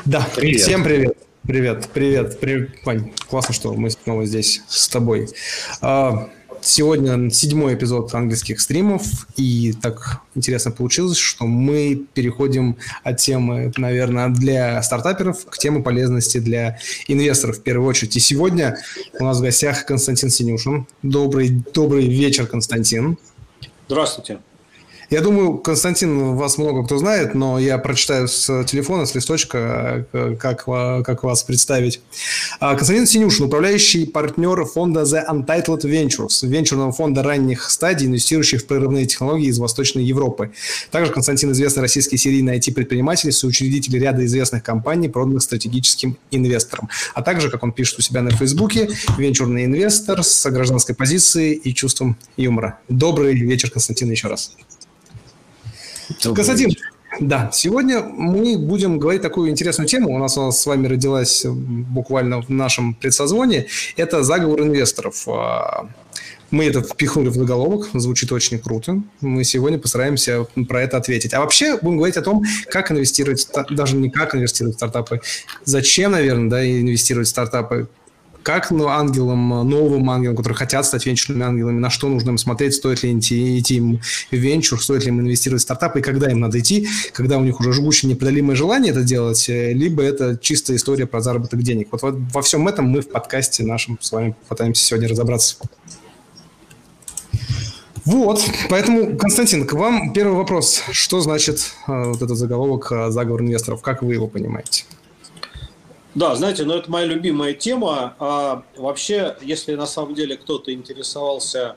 Да, Привет. всем привет. Привет, Вань. Классно, что мы снова здесь с тобой. Сегодня 7-й эпизод английских стримов, и так интересно получилось, что мы переходим от темы, наверное, для стартаперов к теме полезности для инвесторов в первую очередь. И сегодня у нас в гостях Константин Синюшин. Добрый вечер, Константин. Здравствуйте. Я думаю, Константин, вас много кто знает, но я прочитаю с телефона, с листочка, как вас представить. Константин Синюшин, управляющий партнер фонда The Untitled Ventures, венчурного фонда ранних стадий, инвестирующих в прорывные технологии из Восточной Европы. Также Константин известный российский серийный IT-предприниматель, соучредитель ряда известных компаний, проданных стратегическим инвесторам. А также, как он пишет у себя на Фейсбуке, венчурный инвестор с гражданской позицией и чувством юмора. Добрый вечер, Константин, еще раз. Константин, да, сегодня мы будем говорить такую интересную тему. У нас с вами родилась буквально в нашем предсозвоне. Это заговор инвесторов. Мы это впихнули в заголовок, звучит очень круто. Мы сегодня постараемся про это ответить. А вообще будем говорить о том, как инвестировать, даже не как инвестировать в стартапы, зачем, наверное, да, инвестировать в стартапы, как ангелам, новым ангелам, которые хотят стать венчурными ангелами, на что нужно им смотреть, стоит ли идти им в венчур, стоит ли им инвестировать в стартапы, и когда им надо идти, когда у них уже жгучее непреодолимое желание это делать, либо это чистая история про заработок денег. Вот во всем этом мы в подкасте нашем с вами пытаемся сегодня разобраться. Вот, поэтому, Константин, к вам первый вопрос. Что значит вот этот заголовок «Заговор инвесторов»? Как вы его понимаете? Да, знаете, это моя любимая тема. Вообще, если на самом деле кто-то интересовался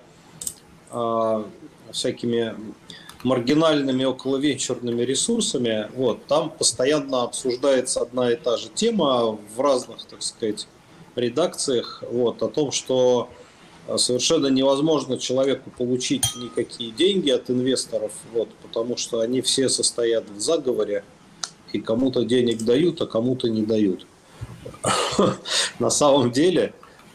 всякими маргинальными околовенчурными ресурсами, там постоянно обсуждается одна и та же тема в разных, так сказать, редакциях, о том, что совершенно невозможно человеку получить никакие деньги от инвесторов, потому что они все состоят в заговоре, и кому-то денег дают, а кому-то не дают. На самом деле,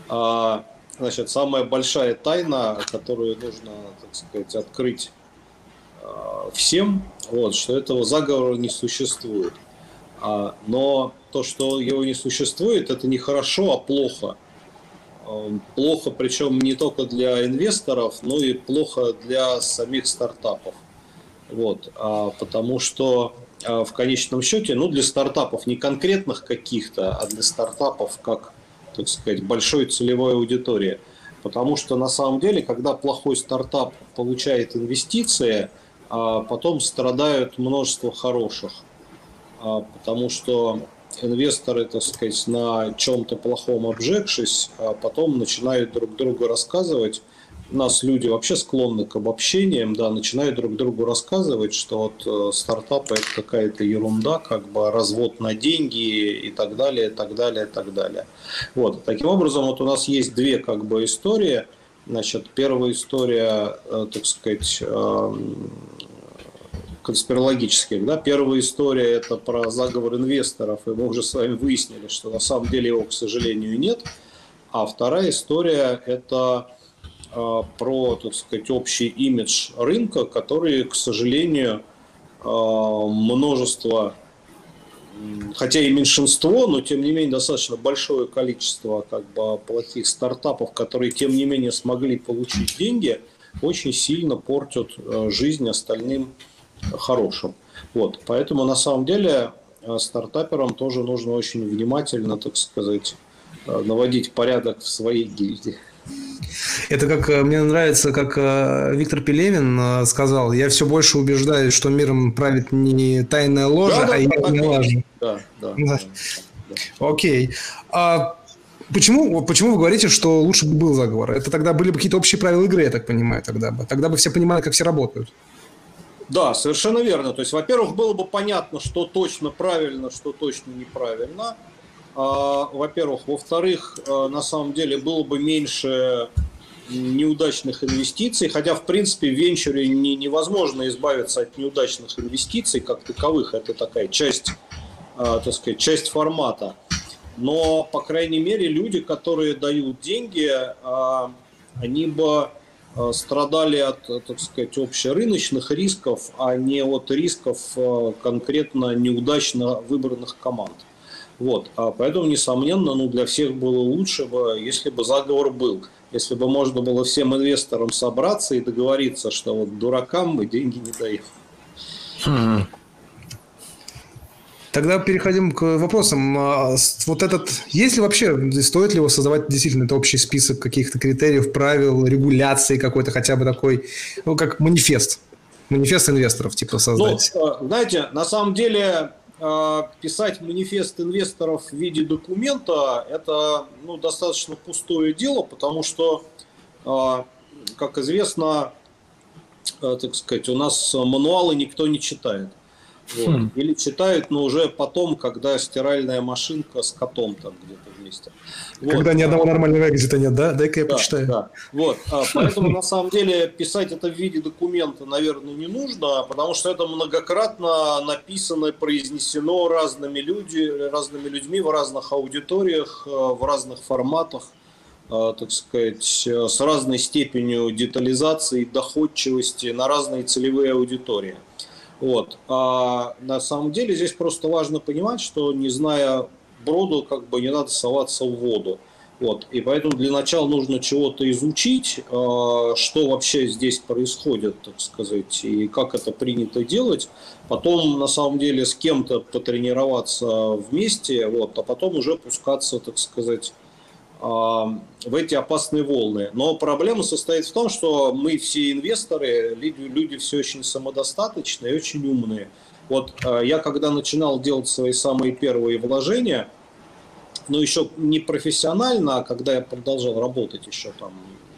самая большая тайна, которую нужно, так сказать, открыть всем, что этого заговора не существует. Но то, что его не существует, это не хорошо, а плохо. Плохо, причем не только для инвесторов, но и плохо для самих стартапов. Потому что в конечном счете, для стартапов не конкретных каких-то, а для стартапов как, так сказать, большой целевой аудитории. Потому что на самом деле, когда плохой стартап получает инвестиции, потом страдают множество хороших. Потому что инвесторы, так сказать, на чем-то плохом обжегшись, потом начинают друг другу рассказывать. У нас люди вообще склонны к обобщениям, начинают друг другу рассказывать, что стартапы это какая-то ерунда, развод на деньги и так далее, и так далее, и так далее. Таким образом, у нас есть две истории. Первая история, так сказать, конспирологических. Первая история это про заговор инвесторов, и мы уже с вами выяснили, что на самом деле его, к сожалению, нет. А вторая история это про, так сказать, общий имидж рынка, который, к сожалению, множество, хотя и меньшинство, но тем не менее достаточно большое количество плохих стартапов, которые тем не менее смогли получить деньги, очень сильно портят жизнь остальным хорошим. Поэтому на самом деле стартаперам тоже нужно очень внимательно, так сказать, наводить порядок в своей гильдии. Это как мне нравится, как Виктор Пелевин сказал: я все больше убеждаюсь, что миром правит не тайная ложа, а именно ложь. Да. Окей. Почему вы говорите, что лучше бы был заговор? Это тогда были бы какие-то общие правила игры, я так понимаю, тогда бы все понимали, как все работают. Да, совершенно верно. То есть, во-первых, было бы понятно, что точно правильно, что точно неправильно. Во-первых. Во-вторых, на самом деле было бы меньше неудачных инвестиций, хотя, в принципе, в венчуре невозможно избавиться от неудачных инвестиций как таковых. Это такая часть, так сказать, часть формата. Но, по крайней мере, люди, которые дают деньги, они бы страдали от, так сказать, общерыночных рисков, а не от рисков конкретно неудачно выбранных команд. Вот. Поэтому, несомненно, для всех было лучше бы, если бы заговор был. Если бы можно было всем инвесторам собраться и договориться, что вот дуракам мы деньги не даем. Тогда переходим к вопросам. Вот есть ли вообще, стоит ли его создавать действительно это общий список каких-то критериев, правил, регуляции какой-то, хотя бы такой, как манифест инвесторов, типа, создать? Знаете, на самом деле писать манифест инвесторов в виде документа – это достаточно пустое дело, потому что, как известно, так сказать, у нас мануалы никто не читает. Вот. Или читают, но уже потом, когда стиральная машинка с котом там где-то вместе. Когда ни одного нормального экзита нет, да? Дай-ка я почитаю. Да. Вот. Поэтому, на самом деле, писать это в виде документа, наверное, не нужно, потому что это многократно написано и произнесено разными людьми в разных аудиториях, в разных форматах, так сказать, с разной степенью детализации и доходчивости на разные целевые аудитории. Вот. А на самом деле здесь просто важно понимать, что, не зная броду, не надо соваться в воду. Вот. И поэтому для начала нужно чего-то изучить, что вообще здесь происходит, так сказать, и как это принято делать. Потом, на самом деле, с кем-то потренироваться вместе, вот, а потом уже пускаться, так сказать, в эти опасные волны. Но проблема состоит в том, что мы все инвесторы, люди все очень самодостаточные и очень умные. Вот я когда начинал делать свои самые первые вложения, но еще не профессионально, а когда я продолжал работать еще там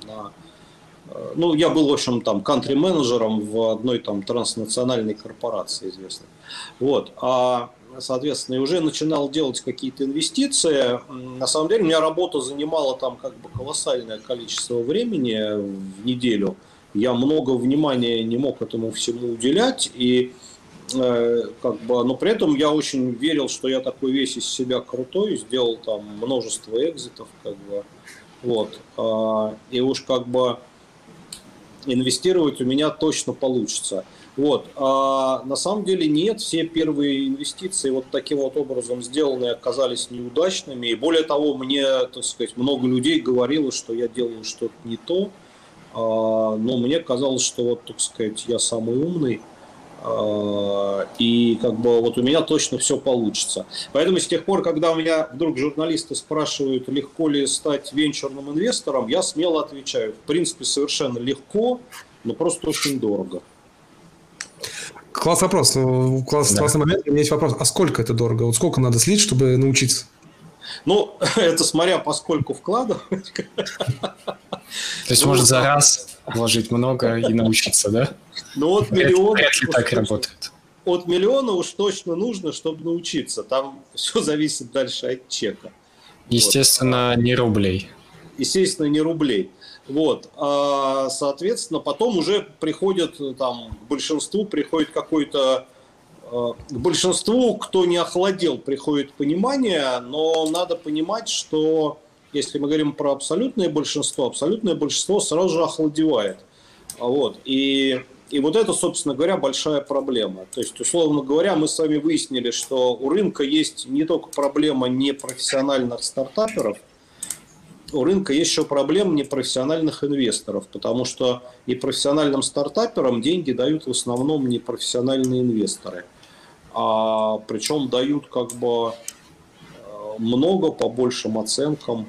я был, в общем, там кантри-менеджером в одной там транснациональной корпорации известной. Вот. Соответственно, и уже начинал делать какие-то инвестиции. На самом деле, у меня работа занимала там колоссальное количество времени в неделю. Я много внимания не мог этому всему уделять. И но при этом я очень верил, что я такой весь из себя крутой, сделал там множество экзитов, вот. И уж инвестировать у меня точно получится. Вот. На самом деле нет, все первые инвестиции вот таким вот образом сделанные оказались неудачными. И более того, мне, так сказать, много людей говорило, что я делаю что-то не то. Но мне казалось, что вот, так сказать, я самый умный. И вот у меня точно все получится. Поэтому с тех пор, когда у меня вдруг журналисты спрашивают, легко ли стать венчурным инвестором, я смело отвечаю, в принципе, совершенно легко, но просто очень дорого. Классный вопрос. Классный момент. У меня есть вопрос. А сколько это дорого? Вот сколько надо слить, чтобы научиться? Это смотря поскольку вкладывать. То есть, может, за раз вложить много и научиться, да? От миллиона. Вряд ли так работает. От миллиона уж точно нужно, чтобы научиться. Там все зависит дальше от чека. Естественно, не рублей. Естественно, не рублей. Вот. Соответственно, потом уже приходит к большинству приходит какой-то... К большинству, кто не охладел, приходит понимание, но надо понимать, что если мы говорим про абсолютное большинство сразу же охладевает. Вот. И вот это, собственно говоря, большая проблема. То есть, условно говоря, мы с вами выяснили, что у рынка есть не только проблема непрофессиональных стартаперов, у рынка есть еще проблема непрофессиональных инвесторов, потому что непрофессиональным стартаперам деньги дают в основном непрофессиональные инвесторы. Причем дают много по большим оценкам,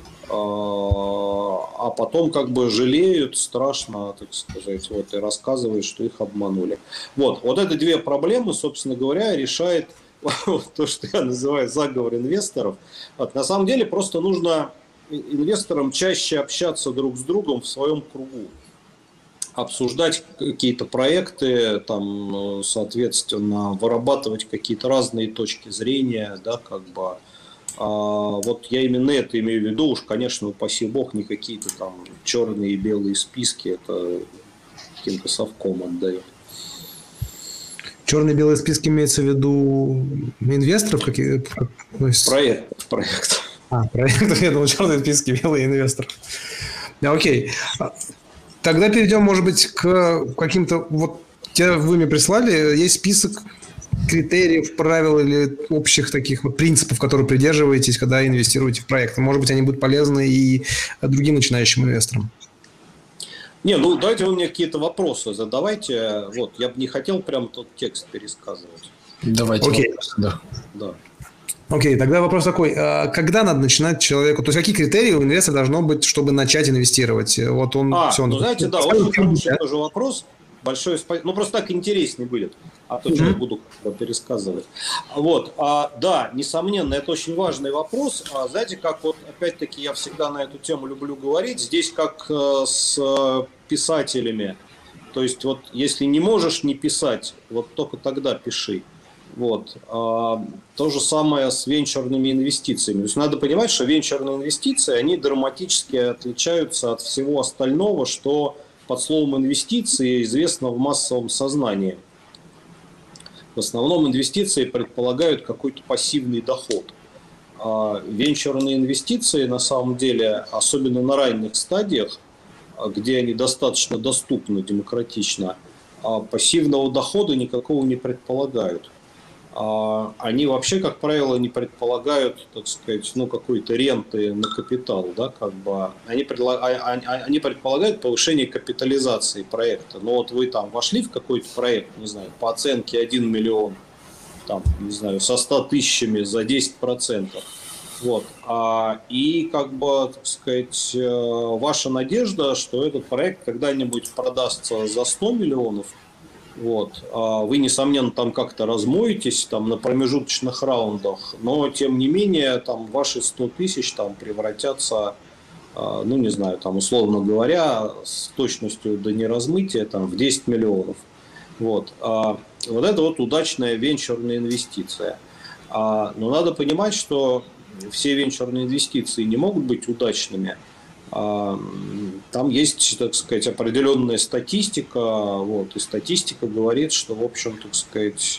а потом жалеют страшно, так сказать, и рассказывают, что их обманули. Вот это две проблемы, собственно говоря, решает то, что я называю заговор инвесторов. На самом деле просто нужно инвесторам чаще общаться друг с другом в своем кругу, обсуждать какие-то проекты, соответственно, вырабатывать какие-то разные точки зрения, вот я именно это имею в виду, уж, конечно, упаси бог, не какие-то черные и белые списки, это каким-то совком отдает. Черные и белые списки имеется в виду инвесторов? Проект. Проект. Я думал, черные списки, белые инвесторов. Окей. Тогда перейдем, может быть, к каким-то... Вот вы мне прислали, есть список критериев, правил или общих таких вот принципов, которые придерживаетесь, когда инвестируете в проекты? Может быть, они будут полезны и другим начинающим инвесторам? Не, ну давайте вы мне какие-то вопросы задавайте. Вот, я бы не хотел прям тот текст пересказывать. Давайте. Окей. Да. Окей, тогда вопрос такой. Когда надо начинать человеку? То есть, какие критерии у инвестора должно быть, чтобы начать инвестировать? Вот он... Ну, знаете, да, очень хороший тоже вопрос. Большое спасибо. Ну, просто так интереснее будет. А то, что я буду пересказывать. Вот. Да, несомненно, это очень важный вопрос. Знаете, как вот, опять-таки, я всегда на эту тему люблю говорить. Здесь как с писателями. То есть, вот, если не можешь не писать, вот только тогда пиши. Вот. То же самое с венчурными инвестициями. То есть, надо понимать, что венчурные инвестиции, они драматически отличаются от всего остального, что под словом инвестиции известно в массовом сознании. В основном инвестиции предполагают какой-то пассивный доход. Венчурные инвестиции, на самом деле, особенно на ранних стадиях, где они достаточно доступны демократично, пассивного дохода никакого не предполагают. Они вообще, как правило, не предполагают, так сказать, ну, какой-то ренты на капитал, да, как бы. Они предполагают повышение капитализации проекта. Но вот вы там вошли в какой-то проект, не знаю, по оценке 1 миллион, там, не знаю, со 100 тысячами за 10%. Вот. И, как бы, так сказать, ваша надежда, что этот проект когда-нибудь продастся за 100 миллионов, вот. Вы, несомненно, там как-то размоетесь там, на промежуточных раундах, но, тем не менее, там, ваши 100 тысяч там, превратятся, ну, не знаю, там, условно говоря, с точностью до неразмытия там, в 10 миллионов. Вот. Вот это вот удачная венчурная инвестиция. Но надо понимать, что все венчурные инвестиции не могут быть удачными. Там есть, так сказать, определенная статистика, вот, и статистика говорит, что, в общем, так сказать,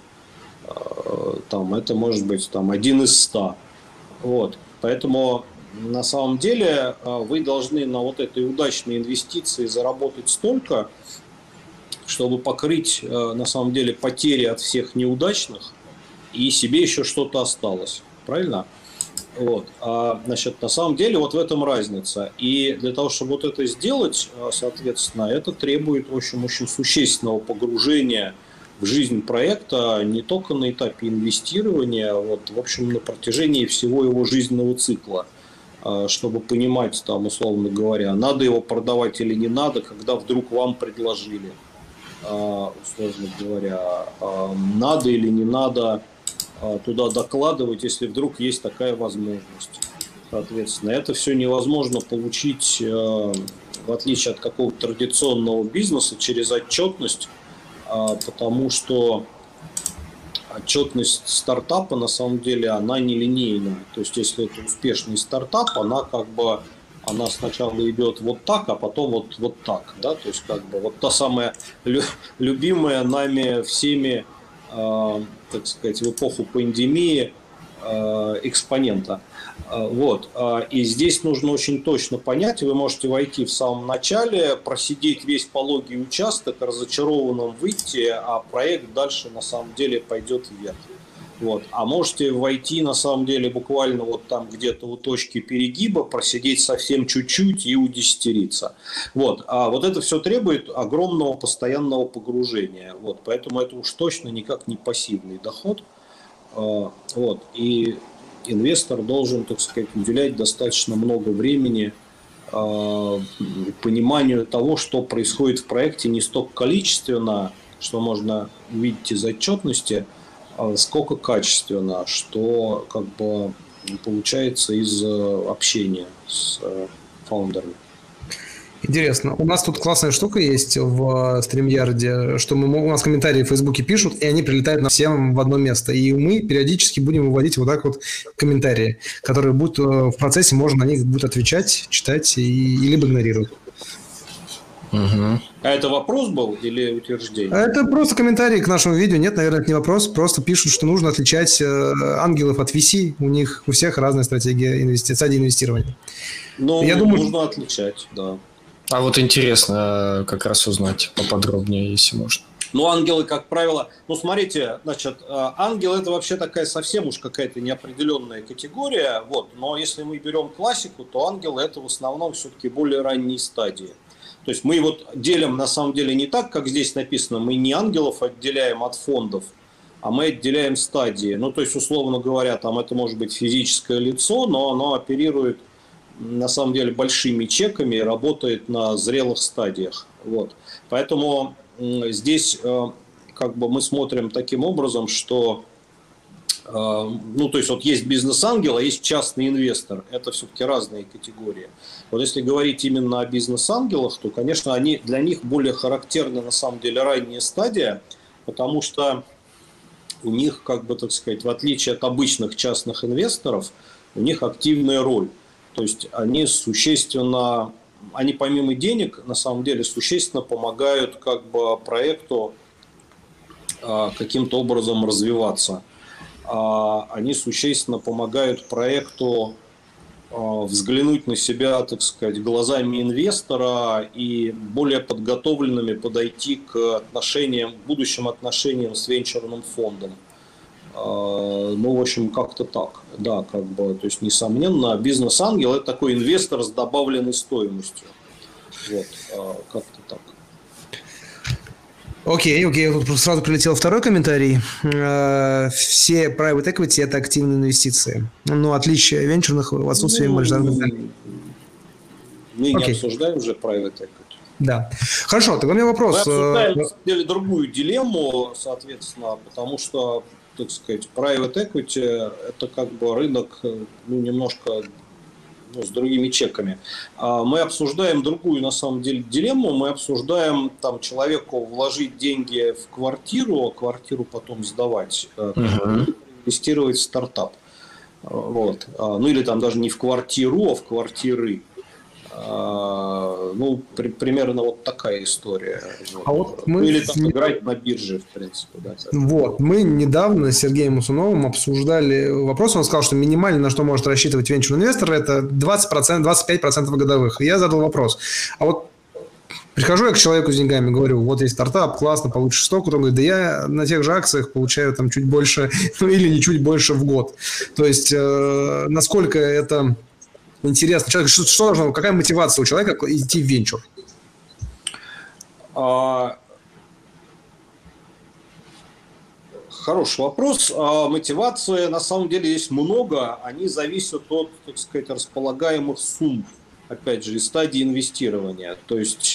там, это может быть там, 1 из 100. Вот. Поэтому, на самом деле, вы должны на вот этой удачной инвестиции заработать столько, чтобы покрыть, на самом деле, потери от всех неудачных, и себе еще что-то осталось. Правильно? Вот. Значит, на самом деле вот в этом разница. И для того, чтобы вот это сделать, соответственно, это требует очень существенного погружения в жизнь проекта не только на этапе инвестирования, вот, в общем, на протяжении всего его жизненного цикла, чтобы понимать, там, условно говоря, надо его продавать или не надо, когда вдруг вам предложили, условно говоря, надо или не надо туда докладывать, если вдруг есть такая возможность. Соответственно, это все невозможно получить, в отличие от какого-то традиционного бизнеса, через отчетность, потому что отчетность стартапа, на самом деле, она нелинейная. То есть, если это успешный стартап, она как бы она сначала идет вот так, а потом вот так. Да? То есть, как бы вот та самая любимая нами всеми, так сказать, в эпоху пандемии экспонента. Вот. И здесь нужно очень точно понять, вы можете войти в самом начале, просидеть весь пологий участок, разочарованным выйти, а проект дальше на самом деле пойдет вверх. Вот. А можете войти на самом деле буквально вот там где-то у точки перегиба, просидеть совсем чуть-чуть и удесятериться. Вот. А вот это все требует огромного постоянного погружения. Вот. Поэтому это уж точно никак не пассивный доход. Вот. И инвестор должен, так сказать, уделять достаточно много времени пониманию того, что происходит в проекте не столько количественно, что можно увидеть из отчетности, сколько качественно, что как бы получается из общения с фаундерами. Интересно. У нас тут классная штука есть в StreamYard, что у нас комментарии в Фейсбуке пишут, и они прилетают на всем в одно место. И мы периодически будем выводить вот так вот комментарии, которые будут в процессе, можно на них будет отвечать, читать и либо игнорировать. Угу. А это вопрос был или утверждение? Это просто комментарий к нашему видео. Нет, наверное, это не вопрос. Просто пишут, что нужно отличать ангелов от VC. У них у всех разная стратегия стадии инвестирования. Ну, я думаю, нужно отличать, да. А вот интересно как раз узнать поподробнее, если можно. Ну, ангелы, как правило, ну, смотрите, значит, ангел это вообще такая совсем уж какая-то неопределенная категория, вот, но если мы берем классику, то ангелы это в основном все-таки более ранние стадии. То есть мы вот делим на самом деле не так, как здесь написано, мы не ангелов отделяем от фондов, а мы отделяем стадии. Ну, то есть, условно говоря, там это может быть физическое лицо, но оно оперирует на самом деле большими чеками и работает на зрелых стадиях. Вот. Поэтому здесь как бы мы смотрим таким образом, что ну, то есть вот есть бизнес-ангел, а есть частный инвестор. Это все-таки разные категории. Вот если говорить именно о бизнес-ангелах, то, конечно, для них более характерна на самом деле ранняя стадия, потому что у них, как бы, так сказать, в отличие от обычных частных инвесторов, у них активная роль. То есть они существенно, они помимо денег, на самом деле, существенно помогают как бы проекту каким-то образом развиваться. Они существенно помогают проекту взглянуть на себя, так сказать, глазами инвестора и более подготовленными подойти к отношениям, будущим отношениям с венчурным фондом. Ну, в общем, как-то так. Да, как бы, то есть, несомненно, бизнес-ангел – это такой инвестор с добавленной стоимостью. Вот, как-то так. Окей, тут сразу прилетел второй комментарий. Все private equity – это активные инвестиции. Но отличие венчурных в отсутствии маржинальных. Мы не обсуждаем уже private equity. Да. Хорошо, тогда у меня вопрос. Мы обсуждаем, на самом деле, другую дилемму, соответственно, потому что, так сказать, private equity – это как бы рынок, ну, немножко с другими чеками. Мы обсуждаем другую, на самом деле, дилемму. Мы обсуждаем там человеку вложить деньги в квартиру, а квартиру потом сдавать, инвестировать в стартап. Вот. Ну или там даже не в квартиру, а в квартиры. Ну, примерно вот такая история. Вот мы или там играть на бирже, в принципе. Да. Вот. Мы недавно с Сергеем Мусуновым обсуждали вопрос. Он сказал, что минимально на что может рассчитывать венчурный инвестор, это 20%, 25% годовых. И я задал вопрос. А вот прихожу я к человеку с деньгами, говорю, вот есть стартап, классно, получишь столько. Он говорит, да я на тех же акциях получаю там чуть больше, ну или не чуть больше в год. То есть, насколько это... Интересно, человек, что должно, какая мотивация у человека идти в венчур? Хороший вопрос. Мотивации на самом деле есть много. Они зависят от, так сказать, располагаемых сумм, опять же, и стадии инвестирования. То есть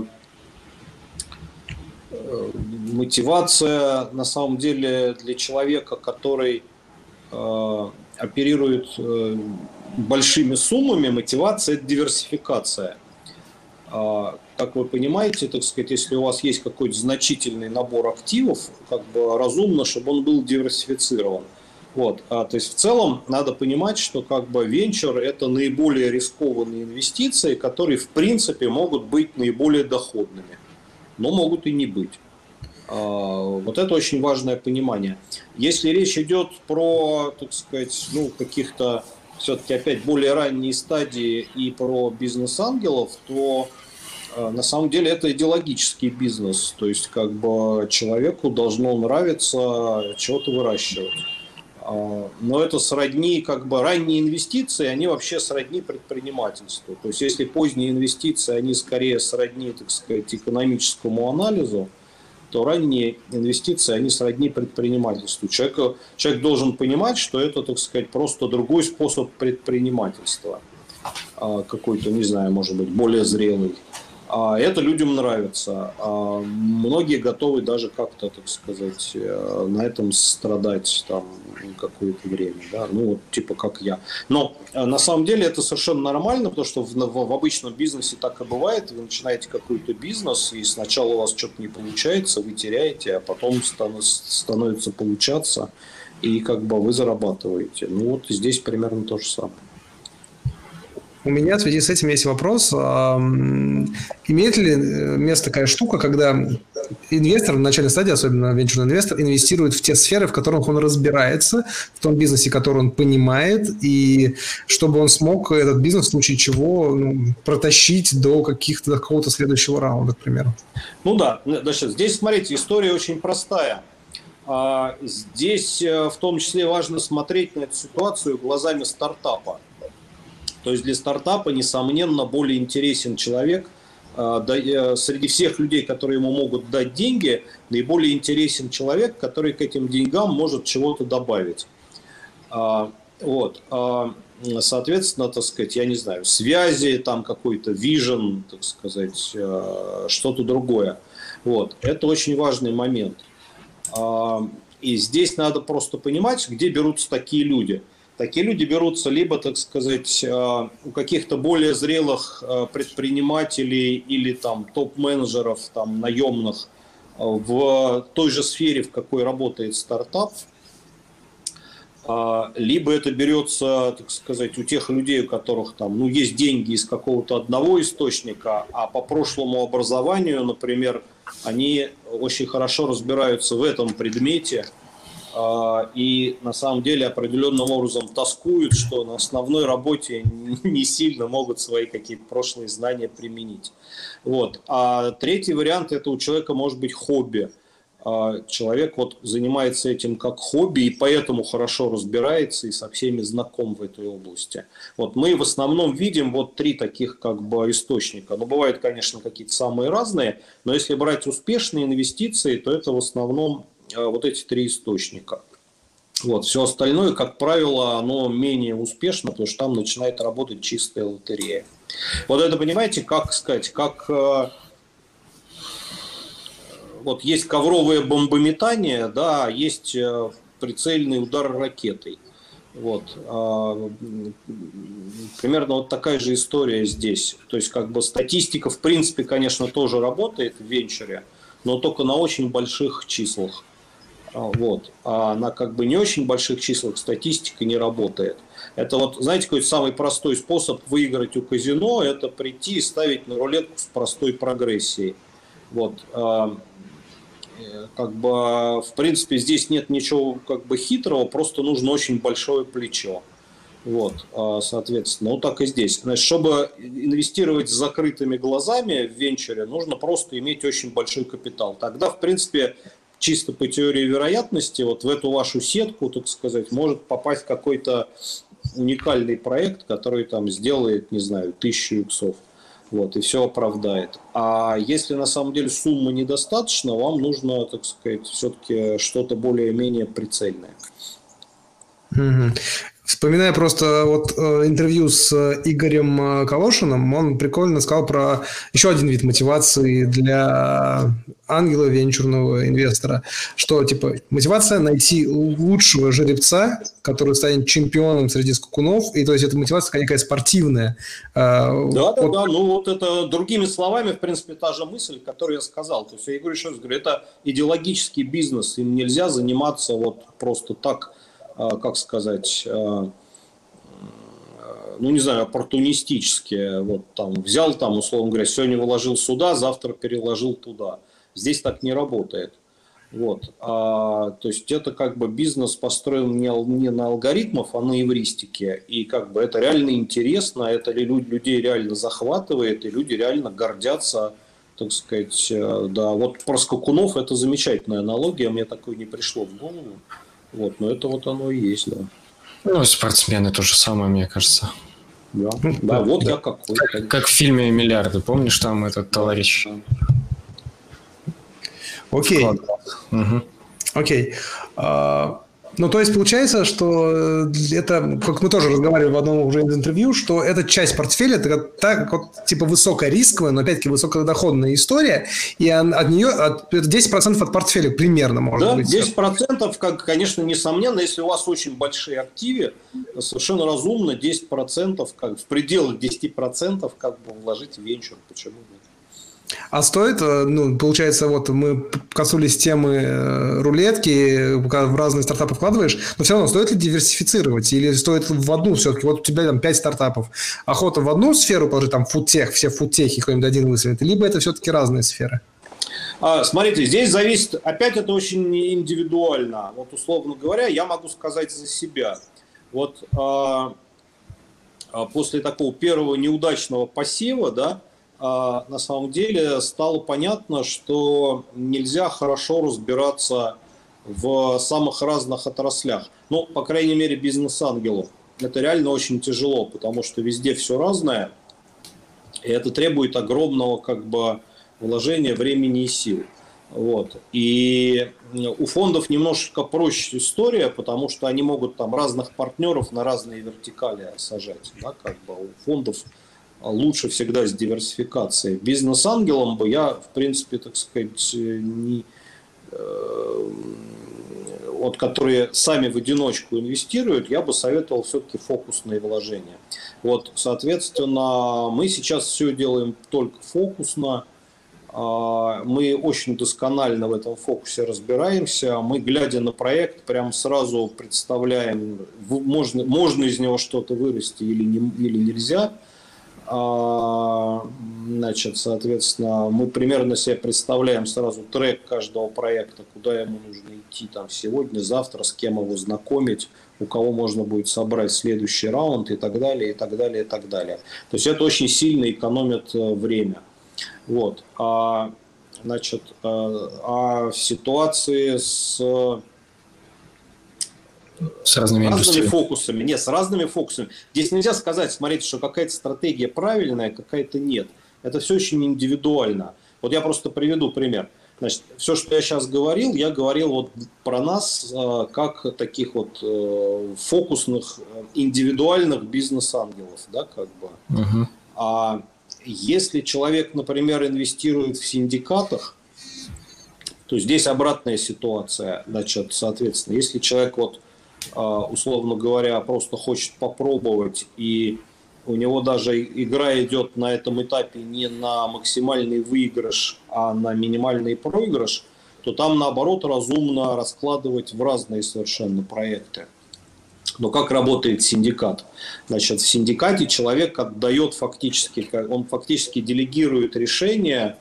мотивация на самом деле для человека, который оперирует большими суммами, мотивация – это диверсификация. Как вы понимаете, так сказать, если у вас есть какой-то значительный набор активов, как бы разумно, чтобы он был диверсифицирован. Вот. То есть в целом надо понимать, что как бы венчур – это наиболее рискованные инвестиции, которые в принципе могут быть наиболее доходными, но могут и не быть. Вот это очень важное понимание. Если речь идет про, так сказать, ну, каких-то все-таки опять более ранние стадии и про бизнес-ангелов, то на самом деле это идеологический бизнес. То есть как бы человеку должно нравиться чего-то выращивать. Но это сродни, как бы ранние инвестиции, они вообще сродни предпринимательству. То есть если поздние инвестиции, они скорее сродни, так сказать, экономическому анализу, то ранние инвестиции, они сродни предпринимательству. Человек должен понимать, что это, так сказать, просто другой способ предпринимательства. Какой-то, не знаю, может быть, более зрелый. Это людям нравится. Многие готовы даже как-то, так сказать, на этом страдать там какое-то время. Да? Ну, вот, типа как я. Но на самом деле это совершенно нормально, потому что в обычном бизнесе так и бывает. Вы начинаете какой-то бизнес, и сначала у вас что-то не получается, вы теряете, а потом становится получаться, и как бы вы зарабатываете. Ну, вот здесь примерно то же самое. У меня в связи с этим есть вопрос. Имеет ли место такая штука, когда инвестор в начальной стадии, особенно венчурный инвестор, инвестирует в те сферы, в которых он разбирается, в том бизнесе, который он понимает, и чтобы он смог этот бизнес в случае чего протащить до какого-то следующего раунда, к примеру. Ну да, значит, здесь, смотрите, история очень простая. Здесь в том числе важно смотреть на эту ситуацию глазами стартапа. То есть для стартапа, несомненно, более интересен человек, среди всех людей, которые ему могут дать деньги, наиболее интересен человек, который к этим деньгам может чего-то добавить. Вот. Соответственно, так сказать, я не знаю, связи, там какой-то вижен, так сказать, что-то другое. Вот. Это очень важный момент. И здесь надо просто понимать, где берутся такие люди. Такие люди берутся либо, так сказать, у каких-то более зрелых предпринимателей или там топ-менеджеров, там наемных в той же сфере, в какой работает стартап, либо это берется, так сказать, у тех людей, у которых там, есть деньги из какого-то одного источника, а по прошлому образованию, например, они очень хорошо разбираются в этом предмете и на самом деле определенным образом тоскуют, что на основной работе не сильно могут свои какие-то прошлые знания применить. Вот. А третий вариант – это у человека может быть хобби. Человек вот занимается этим как хобби и поэтому хорошо разбирается и со всеми знаком в этой области. Вот мы в основном видим вот три таких как бы источника. Ну, бывают, конечно, какие-то самые разные, но если брать успешные инвестиции, то это в основном вот эти три источника. Вот. Все остальное, как правило, оно менее успешно, потому что там начинает работать чистая лотерея. Вот это, понимаете, как сказать, как... Вот есть ковровое бомбометание, да, есть прицельный удар ракетой. Вот. Примерно вот такая же история здесь. То есть, как бы статистика, в принципе, конечно, тоже работает в венчуре, но только на очень больших числах. Вот. А на как бы не очень больших числах статистика не работает. Это вот, знаете, какой самый простой способ выиграть у казино, это прийти и ставить на рулетку с простой прогрессией. Вот. Как бы, в принципе, здесь нет ничего как бы хитрого, просто нужно очень большое плечо. Вот, соответственно, ну так и здесь. Значит, чтобы инвестировать с закрытыми глазами в венчуре, нужно просто иметь очень большой капитал. Тогда, в принципе, чисто по теории вероятности, вот в эту вашу сетку, так сказать, может попасть какой-то уникальный проект, который там сделает, не знаю, 1000 иксов. Вот, и все оправдает. А если на самом деле сумма недостаточно, вам нужно, так сказать, все-таки что-то более-менее прицельное. Вспоминая просто вот интервью с Игорем Колошиным, он прикольно сказал про еще один вид мотивации для ангела венчурного инвестора, что типа мотивация найти лучшего жеребца, который станет чемпионом среди скакунов, и то есть эта мотивация какая-то спортивная. Да, ну вот это другими словами, в принципе, та же мысль, которую я сказал. То есть я говорю, еще раз говорю, это идеологический бизнес, им нельзя заниматься вот просто так, как сказать, ну, не знаю, оппортунистически. Вот там взял, там, условно говоря, сегодня вложил сюда, завтра переложил туда. Здесь так не работает. Вот. То есть это как бы бизнес построен не на алгоритмах, а на эвристике. И как бы это реально интересно, это людей реально захватывает, и люди реально гордятся, так сказать. Да, вот про скакунов это замечательная аналогия, мне такое не пришло в голову. Вот, но это вот оно и есть, да. Ну, спортсмены то же самое, мне кажется. Да, да, вот я какой. Как в фильме «Миллиарды», помнишь, там этот товарищ? Окей. Окей. Ну, то есть, получается, что это, как мы тоже разговаривали в одном уже из интервью, что эта часть портфеля, это так, вот, типа высокорисковая, но опять-таки высокодоходная история, и от нее 10% от портфеля примерно может быть. Да, 10%, как, конечно, несомненно, если у вас очень большие активы, совершенно разумно 10%, как, в пределах 10% как бы вложить в венчур. Почему нет? А стоит, ну, получается, вот мы коснулись темы рулетки, когда в разные стартапы вкладываешь, но все равно стоит ли диверсифицировать? Или стоит в одну все-таки? Вот у тебя там 5 стартапов. Охота в одну сферу положить, там фудтех, все фудтехи какой-нибудь один выстрелит, либо это все-таки разные сферы? Смотрите, здесь зависит, опять это очень индивидуально. Вот условно говоря, я могу сказать за себя. Вот после такого первого неудачного посева, да, на самом деле стало понятно, что нельзя хорошо разбираться в самых разных отраслях. Ну, по крайней мере, бизнес-ангелу. Это реально очень тяжело, потому что везде все разное, и это требует огромного как бы вложения времени и сил. Вот. И у фондов немножечко проще история, потому что они могут там разных партнеров на разные вертикали сажать. Да, как бы у фондов лучше всегда с диверсификацией. Бизнес-ангелам бы я, в принципе, так сказать, вот, которые сами в одиночку инвестируют, я бы советовал все-таки фокусные вложения. Вот, соответственно, мы сейчас все делаем только фокусно. Мы очень досконально в этом фокусе разбираемся. Мы, глядя на проект, прям сразу представляем, можно из него что-то вырасти или нельзя. Значит, соответственно, мы примерно себе представляем сразу трек каждого проекта, куда ему нужно идти там сегодня, завтра, с кем его знакомить, у кого можно будет собрать следующий раунд и так далее, и так далее, и так далее. То есть это очень сильно экономит время. Вот. Значит, в ситуации с разными фокусами. Нет, с разными фокусами. Здесь нельзя сказать, смотрите, что какая-то стратегия правильная, какая-то нет. Это все очень индивидуально. Вот я просто приведу пример. Значит, все, что я сейчас говорил, я говорил вот про нас как таких вот фокусных, индивидуальных бизнес-ангелов, да, как бы. А если человек, например, инвестирует в синдикатах, то здесь обратная ситуация. Значит, соответственно, если человек вот условно говоря, просто хочет попробовать, и у него даже игра идет на этом этапе не на максимальный выигрыш, а на минимальный проигрыш, то там, наоборот, разумно раскладывать в разные совершенно проекты. Но как работает синдикат? Значит, в синдикате человек отдает фактически, он фактически делегирует решение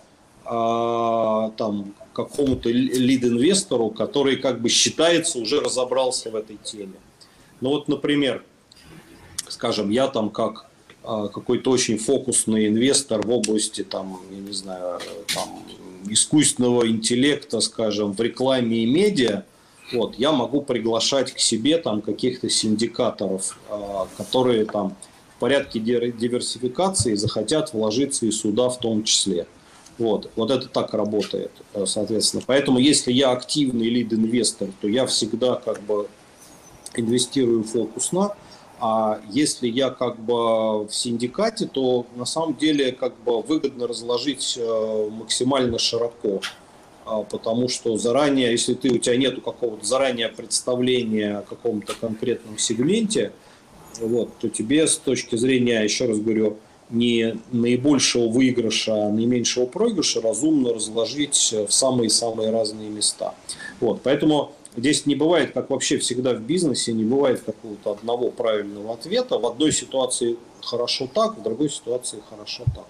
там, какому-то лид-инвестору, который как бы считается уже разобрался в этой теме. Ну вот, например, скажем, я там как какой-то очень фокусный инвестор в области там, я не знаю, там, искусственного интеллекта, скажем, в рекламе и медиа, вот, я могу приглашать к себе там каких-то синдикаторов, которые там в порядке диверсификации захотят вложиться и сюда в том числе. Вот это так работает, соответственно. Поэтому, если я активный лид-инвестор, то я всегда как бы инвестирую фокусно. А если я как бы в синдикате, то на самом деле как бы выгодно разложить максимально широко. Потому что заранее, если у тебя нет какого-то заранее представления о каком-то конкретном сегменте, вот, то тебе с точки зрения, еще раз говорю, не наибольшего выигрыша, а наименьшего проигрыша разумно разложить в самые-самые разные места. Вот, поэтому здесь не бывает, как вообще всегда в бизнесе, не бывает какого-то одного правильного ответа. В одной ситуации хорошо так, в другой ситуации хорошо так.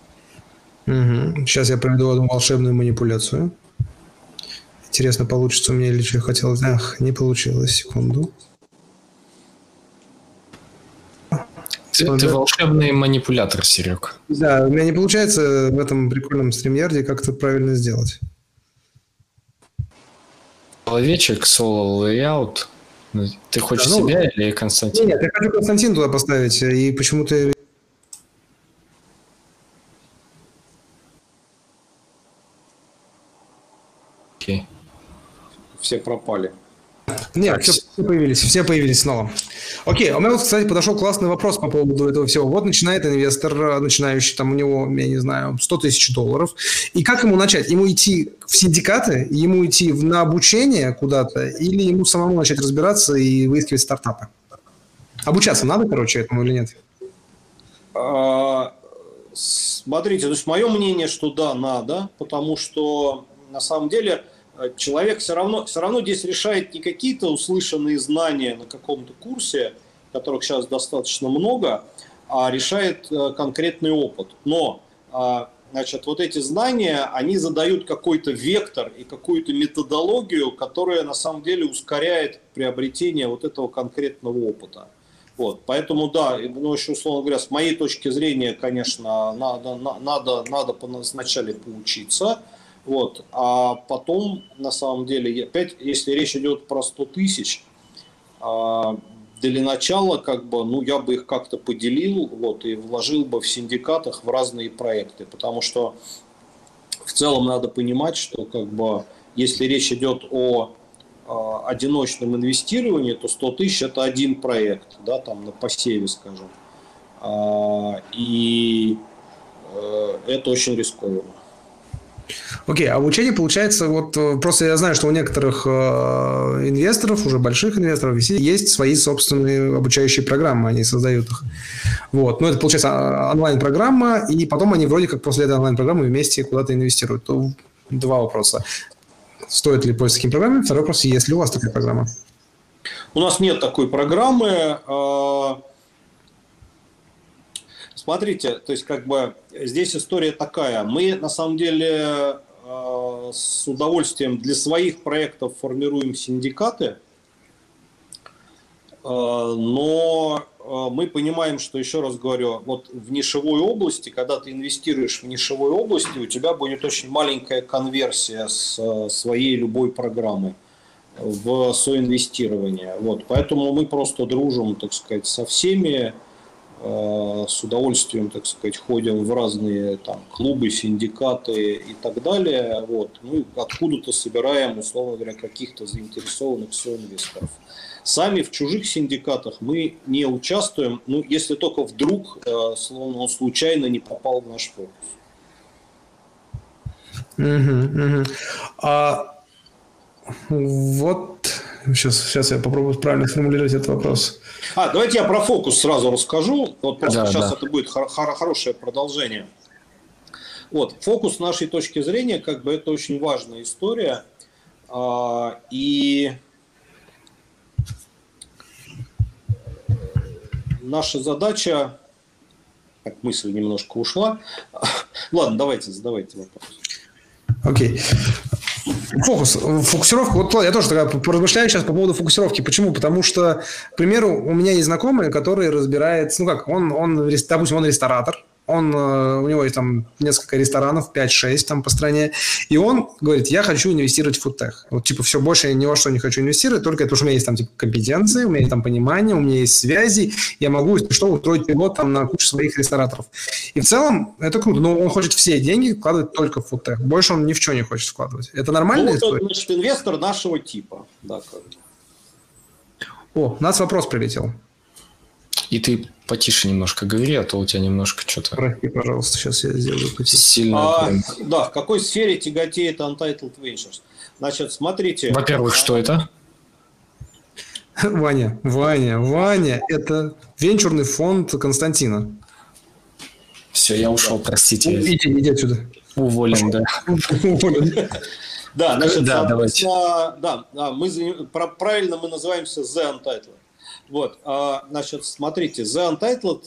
Угу. Сейчас я проведу одну волшебную манипуляцию. Интересно, получится у меня или что я хотел. Ах, не получилось. Секунду. Ты волшебный манипулятор, Серег. Да, у меня не получается в этом прикольном StreamYard как-то правильно сделать. Человечек, соло layout. Ты хочешь себя или Константин? Нет, я хочу Константин туда поставить, и почему-то... Окей. Все пропали. Нет, все появились снова. Окей, у меня вот, кстати, подошел классный вопрос по поводу этого всего. Вот начинает инвестор, начинающий, там у него, я не знаю, $100 тысяч. И как ему начать? Ему идти в синдикаты, ему идти на обучение куда-то, или ему самому начать разбираться и выискивать стартапы? Обучаться надо, короче, этому или нет? Смотрите, то есть мое мнение, что да, надо, потому что на самом деле человек все равно здесь решает не какие-то услышанные знания на каком-то курсе, которых сейчас достаточно много, а решает конкретный опыт. Но значит, вот эти знания, они задают какой-то вектор и какую-то методологию, которая на самом деле ускоряет приобретение вот этого конкретного опыта. Вот, поэтому, да, ну, еще, условно говоря, с моей точки зрения, конечно, надо вначале поучиться, вот, а потом, на самом деле, опять, если речь идет про 100 тысяч, для начала, как бы, ну, я бы их как-то поделил, вот, и вложил бы в синдикатах в разные проекты, потому что в целом надо понимать, что, как бы, если речь идет о одиночном инвестировании, то 100 тысяч – это один проект, да, там на посеве, скажем, и это очень рискованно. Окей, а обучение получается, вот просто я знаю, что у некоторых инвесторов, уже больших инвесторов, есть свои собственные обучающие программы, они создают их. Вот. Ну, это получается онлайн-программа, и потом они вроде как после этой онлайн-программы вместе куда-то инвестируют. То два вопроса. Стоит ли пользоваться такими программами? Второй вопрос, есть ли у вас такая программа? У нас нет такой программы. Смотрите, то есть как бы здесь история такая. Мы на самом деле с удовольствием для своих проектов формируем синдикаты, но мы понимаем, что, еще раз говорю, вот в нишевой области, когда ты инвестируешь в нишевой области, у тебя будет очень маленькая конверсия с своей любой программы в соинвестирование. Вот, поэтому мы просто дружим, так сказать, со всеми, с удовольствием, так сказать, ходим в разные там клубы, синдикаты и так далее. Вот. Ну, откуда-то собираем, условно говоря, каких-то заинтересованных соинвесторов. Сами в чужих синдикатах мы не участвуем, ну, если только вдруг он случайно не попал в наш фокус. Вот сейчас я попробую правильно сформулировать этот вопрос. Давайте я про фокус сразу расскажу. Вот просто сейчас это будет хорошее продолжение. Вот, фокус с нашей точки зрения, как бы это очень важная история. И наша задача... Так, мысль немножко ушла. Ладно, задавайте вопрос. Окей. Фокусировка. Вот я тоже поразмышляю сейчас по поводу фокусировки. Почему? Потому что, к примеру, у меня есть знакомый, который разбирается, он, допустим, он ресторатор, у него есть там несколько ресторанов, 5-6 там по стране, и он говорит, я хочу инвестировать в фудтех. Вот типа все, больше я ни во что не хочу инвестировать, только это, потому что у меня есть там типа компетенции, у меня есть там понимание, у меня есть связи, я могу, что устроить пилот там на кучу своих рестораторов. И в целом это круто, но он хочет все деньги вкладывать только в фудтех. Больше он ни в что не хочет вкладывать. Это нормальная история? Это, значит, инвестор нашего типа. Да, как. О, у нас вопрос прилетел. И ты потише немножко говори, а то у тебя немножко что-то... Прости, пожалуйста, сейчас я сделаю потише. Сильно... Да, в какой сфере тяготеет Untitled Ventures? Значит, смотрите... Во-первых, что это? Ваня, это венчурный фонд Константина. Все, я ушел, простите. Иди отсюда. Уволен, да. Уволен. Да, значит, давайте. Правильно мы называемся The Untitled. Вот, значит, смотрите, The Untitled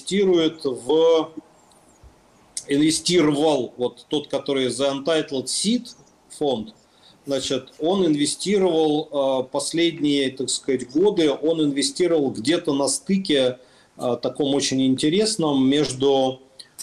инвестировал, вот тот, который The Untitled Seed фонд, значит, он инвестировал последние, так сказать, годы, он инвестировал где-то на стыке таком очень интересном между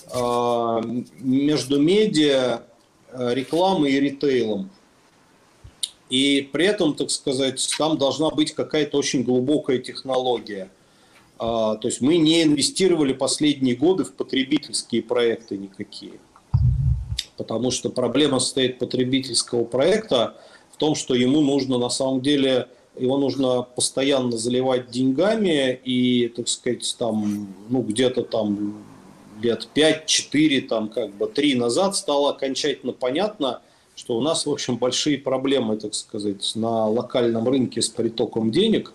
медиа, рекламой и ритейлом. И при этом, так сказать, там должна быть какая-то очень глубокая технология. То есть мы не инвестировали последние годы в потребительские проекты никакие. Потому что проблема состоит потребительского проекта в том, что ему нужно на самом деле, его нужно постоянно заливать деньгами, и, так сказать, там, ну, где-то там лет 5-4, там, как бы 3 назад стало окончательно понятно, что у нас, в общем, большие проблемы, так сказать, на локальном рынке с притоком денег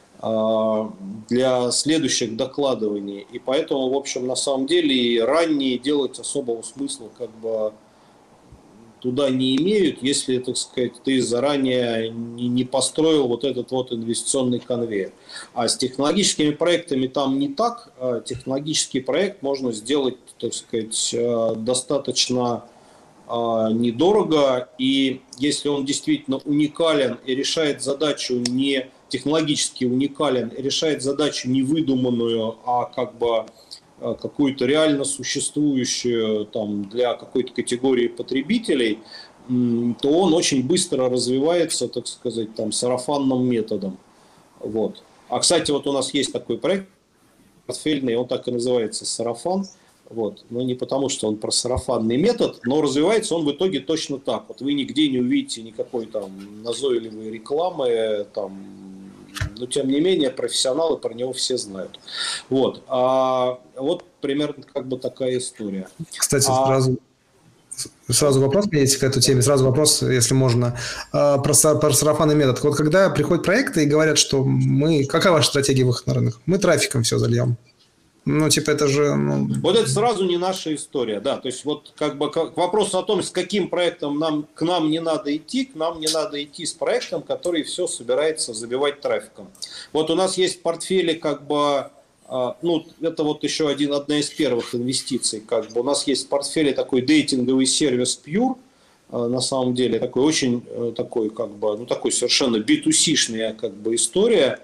для следующих докладываний. И поэтому, в общем, на самом деле и ранние делать особого смысла как бы туда не имеют, если, так сказать, ты заранее не построил вот этот вот инвестиционный конвейер. А с технологическими проектами там не так. Технологический проект можно сделать, так сказать, достаточно недорого, и если он действительно уникален и решает задачу не технологически уникален, решает задачу не выдуманную, а как бы какую-то реально существующую там, для какой-то категории потребителей, то он очень быстро развивается, так сказать, там, сарафанным методом. Вот. А, кстати, вот у нас есть такой проект портфельный, он так и называется «Сарафан». Вот. Но не потому, что он про сарафанный метод, но развивается он в итоге точно так. Вот вы нигде не увидите никакой там назойливой рекламы, там, но тем не менее профессионалы про него все знают. Вот. Вот примерно как бы такая история. Кстати, сразу вопрос у меня есть к этой теме. Сразу вопрос, если можно, про сарафанный метод. Вот когда приходят проекты и говорят, что какая ваша стратегия выхода на рынок? Мы трафиком все зальем. Ну, типа, это же... Вот это сразу не наша история, да. То есть, вот как бы к вопросу о том, с каким проектом к нам не надо идти, к нам не надо идти с проектом, который все собирается забивать трафиком. Вот у нас есть в портфеле как бы... Ну, это вот еще одна из первых инвестиций. Как бы у нас есть в портфеле такой дейтинговый сервис Pure, на самом деле, такой очень такой, как бы, ну, такой совершенно B2C-шная как бы история.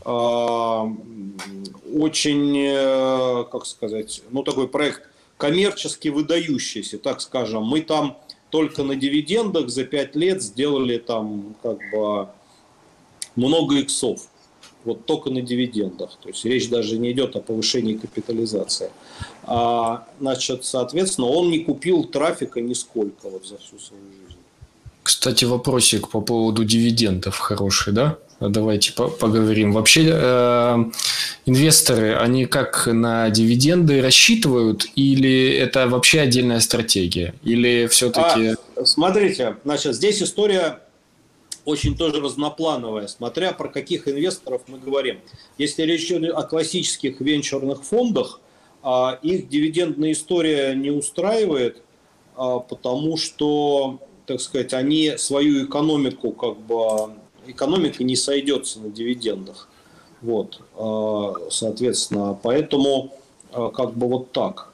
Очень, как сказать, ну, такой проект коммерчески выдающийся, так скажем. Мы там только на дивидендах за 5 лет сделали там как бы много иксов. Вот только на дивидендах. То есть речь даже не идет о повышении капитализации. Значит, соответственно, он не купил трафика нисколько вот за всю свою жизнь. Кстати, вопросик по поводу дивидендов хороший, да? Давайте поговорим. Вообще, инвесторы, они как на дивиденды рассчитывают, или это вообще отдельная стратегия? Или все-таки... Смотрите, значит, здесь история очень тоже разноплановая, смотря про каких инвесторов мы говорим. Если речь идет о классических венчурных фондах, их дивидендная история не устраивает, потому что, так сказать, они свою экономику, как бы, экономика не сойдется на дивидендах. Вот, соответственно, поэтому как бы вот так.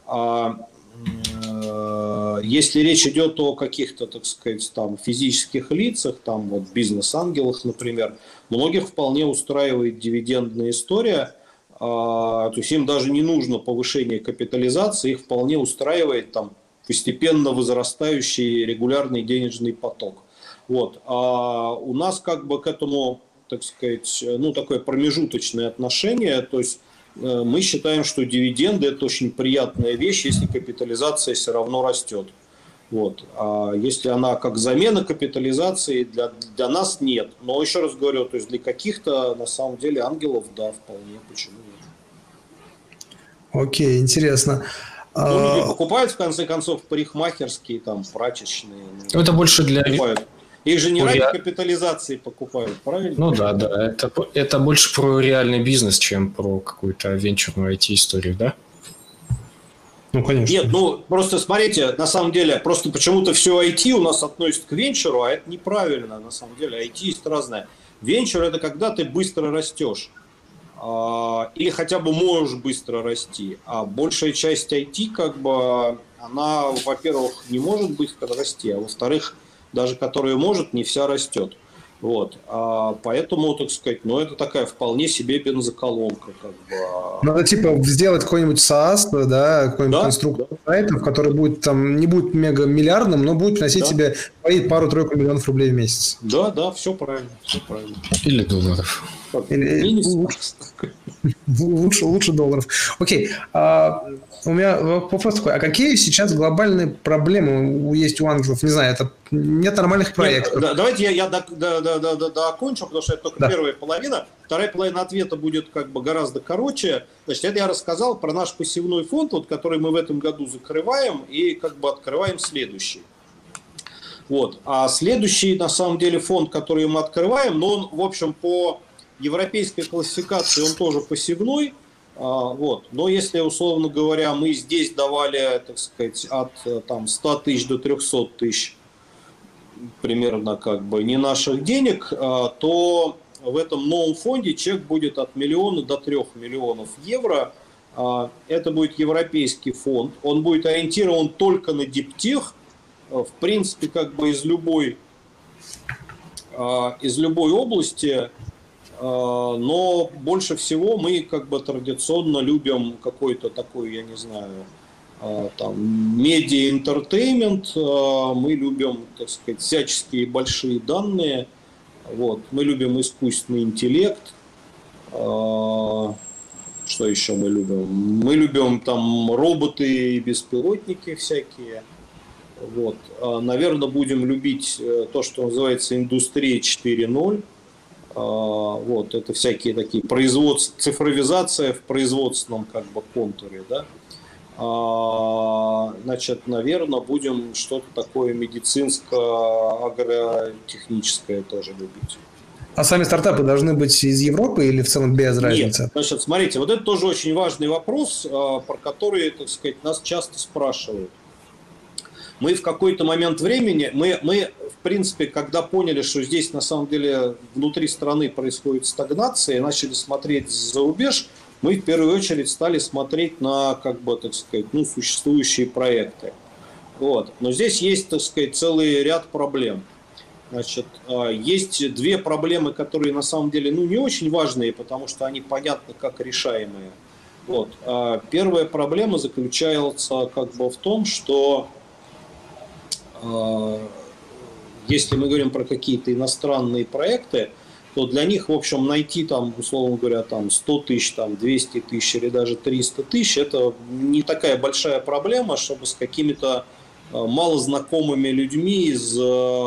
Если речь идет о каких-то, так сказать, там, физических лицах, там, вот, бизнес-ангелах, например, многих вполне устраивает дивидендная история, то есть им даже не нужно повышение капитализации, их вполне устраивает там, постепенно возрастающий регулярный денежный поток. Вот. А у нас как бы к этому, так сказать, ну, такое промежуточное отношение, то есть мы считаем, что дивиденды – это очень приятная вещь, если капитализация все равно растет. Вот. А если она как замена капитализации, для нас нет. Но еще раз говорю, то есть для каких-то на самом деле ангелов, да, вполне, почему нет. Окей, интересно. Ну, люди покупают, в конце концов, парикмахерские, там, прачечные. Это больше для... Покупают. Их же не ради капитализации покупают, правильно? Ну да, да. Это больше про реальный бизнес, чем про какую-то венчурную IT-историю, да? Ну, конечно. Нет, ну, просто смотрите, на самом деле, просто почему-то все IT у нас относят к венчуру, а это неправильно, на самом деле. IT есть разное. Венчур – это когда ты быстро растешь. Или хотя бы можешь быстро расти. А большая часть IT, как бы, она, во-первых, не может быстро расти, а во-вторых, даже которая может, не вся растет. Вот. Поэтому, так сказать, ну, это такая вполне себе бензоколонка. Как бы. Надо типа сделать какой-нибудь SaaS, да, какой-нибудь конструктор сайтов, который будет там, не будет мега-миллиардным, но будет приносить себе пару-тройку миллионов рублей в месяц. Да, да, все правильно. Все правильно. Или долларов. Лучше долларов. Окей. У меня вопрос такой. А какие сейчас глобальные проблемы есть у ангелов? Не знаю, это нет нормальных проектов. Давайте я докончу, потому что это только первая половина. Вторая половина ответа будет как бы гораздо короче. Значит, это я рассказал про наш пассивный фонд, вот, который мы в этом году закрываем и как бы открываем следующий. Вот. А следующий, на самом деле, фонд, который мы открываем, но он, в общем, по европейской классификации он тоже пассивной. Вот. Но если, условно говоря, мы здесь давали, так сказать, от там, 100 тысяч до 300 тысяч примерно как бы не наших денег, то в этом новом фонде чек будет от 1 миллиона до 3 миллионов евро. Это будет европейский фонд. Он будет ориентирован только на диптех. В принципе, как бы из любой области, но больше всего мы как бы традиционно любим какой-то такой, я не знаю, там медиа-энтертеймент, мы любим, так сказать, всяческие большие данные, вот, мы любим искусственный интеллект, что еще мы любим? Мы любим там роботы и беспилотники всякие. Вот. Наверное, будем любить то, что называется индустрия 4.0. Вот. Это всякие такие цифровизация в производственном как бы контуре. Да? Значит, наверное, будем что-то такое медицинско-агротехническое тоже любить. А сами стартапы должны быть из Европы или в целом без разницы? Нет, значит, смотрите, вот это тоже очень важный вопрос, про который, так сказать, нас часто спрашивают. Мы в какой-то момент времени, мы, в принципе, когда поняли, что здесь на самом деле внутри страны происходит стагнация, и начали смотреть за рубеж, мы в первую очередь стали смотреть на, как бы, так сказать, ну, существующие проекты. Вот. Но здесь есть, так сказать, целый ряд проблем. Значит, есть две проблемы, которые на самом деле, ну, не очень важные, потому что они понятны как решаемые. Вот. Первая проблема заключается как бы в том, что если мы говорим про какие-то иностранные проекты, то для них, в общем, найти там, условно говоря, там 100 тысяч, там 200 тысяч или даже 300 тысяч, это не такая большая проблема, чтобы с какими-то малознакомыми людьми из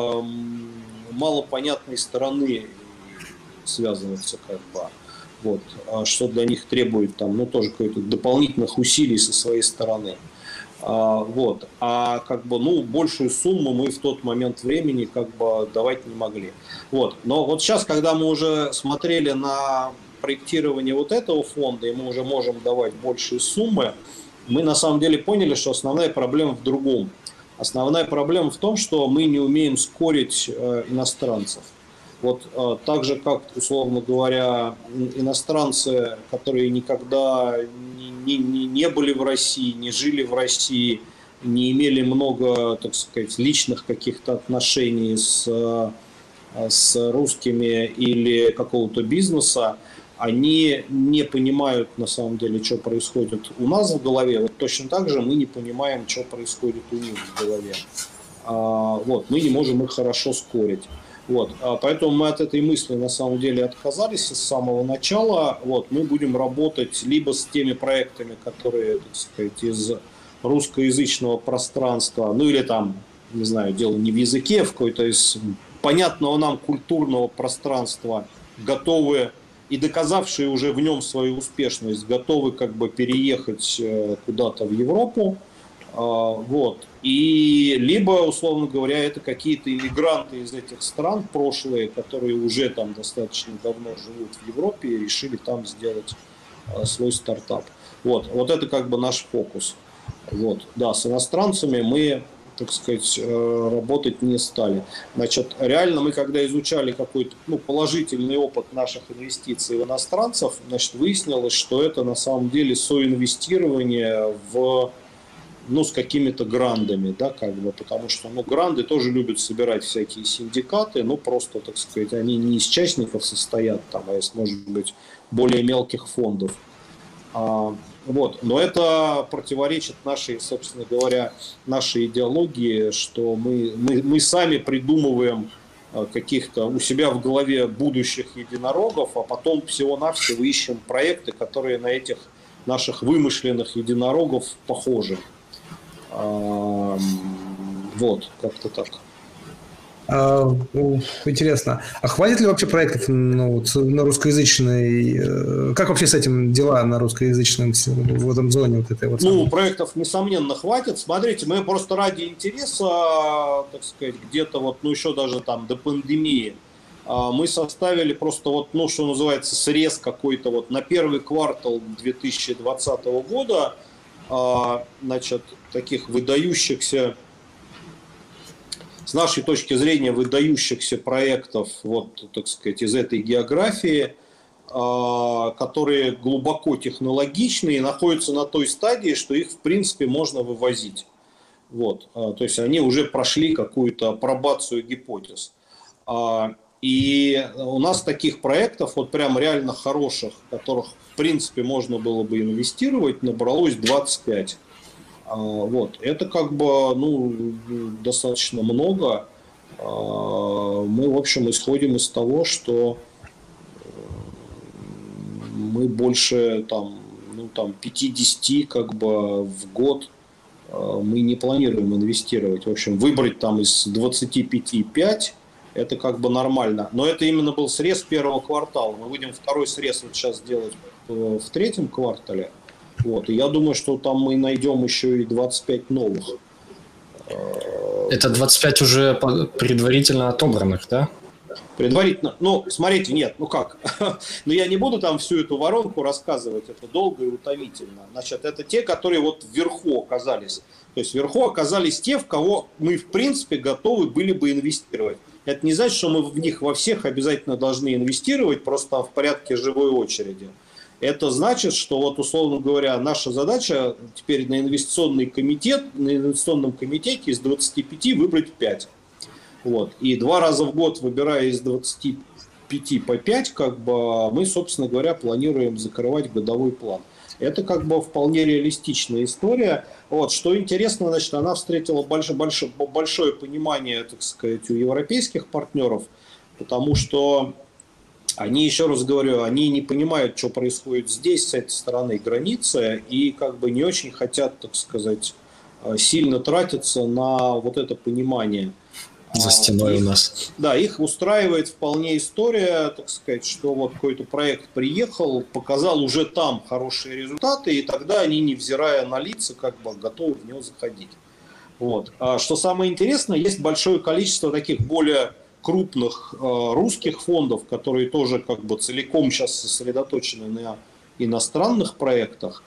малопонятной стороны связываться, как бы. Вот, что для них требует там, ну, тоже каких-то дополнительных усилий со своей стороны. Вот. А как бы, ну, большую сумму мы в тот момент времени как бы давать не могли. Вот. Но вот сейчас, когда мы уже смотрели на проектирование вот этого фонда, и мы уже можем давать большие суммы, мы на самом деле поняли, что основная проблема в другом. Основная проблема в том, что мы не умеем скорить иностранцев. Вот так же, как, условно говоря, иностранцы, которые никогда не были в России, не жили в России, не имели много, так сказать, личных каких-то отношений с русскими или какого-то бизнеса, они не понимают на самом деле, что происходит у нас в голове. Вот точно так же мы не понимаем, что происходит у них в голове. Вот, мы не можем их хорошо скорить. Вот, поэтому мы от этой мысли на самом деле отказались с самого начала. Вот, мы будем работать либо с теми проектами, которые, так сказать, из русскоязычного пространства, ну или там, не знаю, дело не в языке, в какой-то из понятного нам культурного пространства, готовы и доказавшие уже в нем свою успешность, готовы как бы переехать куда-то в Европу. Вот. И либо, условно говоря, это какие-то иммигранты из этих стран прошлые, которые уже там достаточно давно живут в Европе и решили там сделать свой стартап. Вот. Вот это как бы наш фокус. Вот. Да, с иностранцами мы, так сказать, работать не стали. Значит, реально мы, когда изучали какой-то положительный опыт наших инвестиций в иностранцев, значит, выяснилось, что это на самом деле соинвестирование с какими-то грандами, да, как бы, потому что, гранды тоже любят собирать всякие синдикаты, просто, так сказать, они не из частников состоят, там, а из, может быть, более мелких фондов. Вот. Но это противоречит нашей, собственно говоря, нашей идеологии, что мы сами придумываем каких-то у себя в голове будущих единорогов, а потом всего-навсего ищем проекты, которые на этих наших вымышленных единорогов похожи. Вот, как-то так. Интересно. А хватит ли вообще проектов на русскоязычной? Как вообще с этим дела на русскоязычном в этом зоне? Вот этой вот проектов, несомненно, хватит. Смотрите, мы просто ради интереса, так сказать, где-то еще даже там до пандемии, мы составили просто что называется, срез какой-то на первый квартал 2020 года, значит, таких выдающихся с нашей точки зрения, выдающихся проектов, вот, так сказать, из этой географии, которые глубоко технологичны и находятся на той стадии, что их, в принципе, можно вывозить. Вот. То есть они уже прошли какую-то апробацию гипотез. И у нас таких проектов, вот прям реально хороших, в которых, в принципе, можно было бы инвестировать, набралось 25. Вот. Это как бы, ну, достаточно много. Мы, в общем, исходим из того, что мы больше там, ну, там 50 как бы в год мы не планируем инвестировать. В общем, выбрать там из 25 5 это как бы нормально. Но это именно был срез первого квартала. Мы будем второй срез вот сейчас делать в третьем квартале. Вот. И я думаю, что там мы найдем еще и 25 новых. Это 25 уже предварительно отобранных, да? Предварительно. Ну, смотрите, нет, ну как? Но я не буду там всю эту воронку рассказывать, это долго и утомительно. Значит, это те, которые вот вверху оказались. То есть вверху оказались те, в кого мы, в принципе, готовы были бы инвестировать. Это не значит, что мы в них во всех обязательно должны инвестировать, просто в порядке живой очереди. Это значит, что, вот, условно говоря, наша задача теперь на инвестиционном комитете из 25 выбрать 5. Вот. И 2 раза в год, выбирая из 25 по 5, как бы, мы, собственно говоря, планируем закрывать годовой план. Это как бы вполне реалистичная история. Вот. Что интересно, значит, она встретила большое понимание, так сказать, у европейских партнеров, потому что они, еще раз говорю, они не понимают, что происходит здесь, с этой стороны границы, и как бы не очень хотят, так сказать, сильно тратиться на вот это понимание. За стеной у нас. Да, их устраивает вполне история, так сказать, что вот какой-то проект приехал, показал уже там хорошие результаты, и тогда они, невзирая на лица, как бы готовы в него заходить. Вот. А что самое интересное, есть большое количество таких более крупных русских фондов, которые тоже как бы целиком сейчас сосредоточены на иностранных проектах.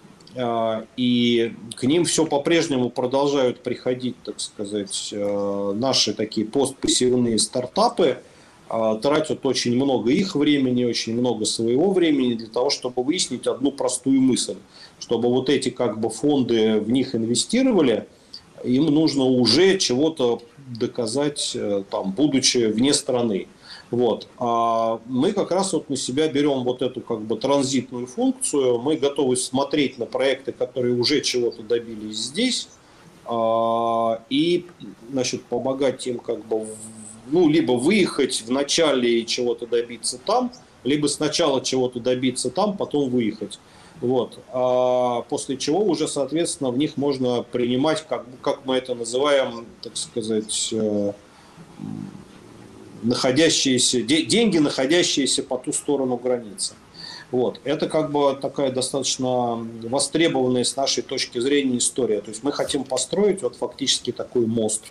И к ним все по-прежнему продолжают приходить, так сказать, наши такие постпассивные стартапы, тратят очень много их времени, очень много своего времени для того, чтобы выяснить одну простую мысль, чтобы вот эти как бы фонды в них инвестировали, им нужно уже чего-то доказать, там, будучи вне страны. Вот. А мы как раз вот на себя берем вот эту как бы транзитную функцию. Мы готовы смотреть на проекты, которые уже чего-то добились здесь, и, значит, помогать им как бы, ну, либо выехать в начале и чего-то добиться там, либо сначала чего-то добиться там, потом выехать. Вот. А после чего уже, соответственно, в них можно принимать, как мы это называем, так сказать, деньги, находящиеся по ту сторону границы. Вот. Это как бы такая достаточно востребованная с нашей точки зрения история. То есть мы хотим построить вот фактически такой мост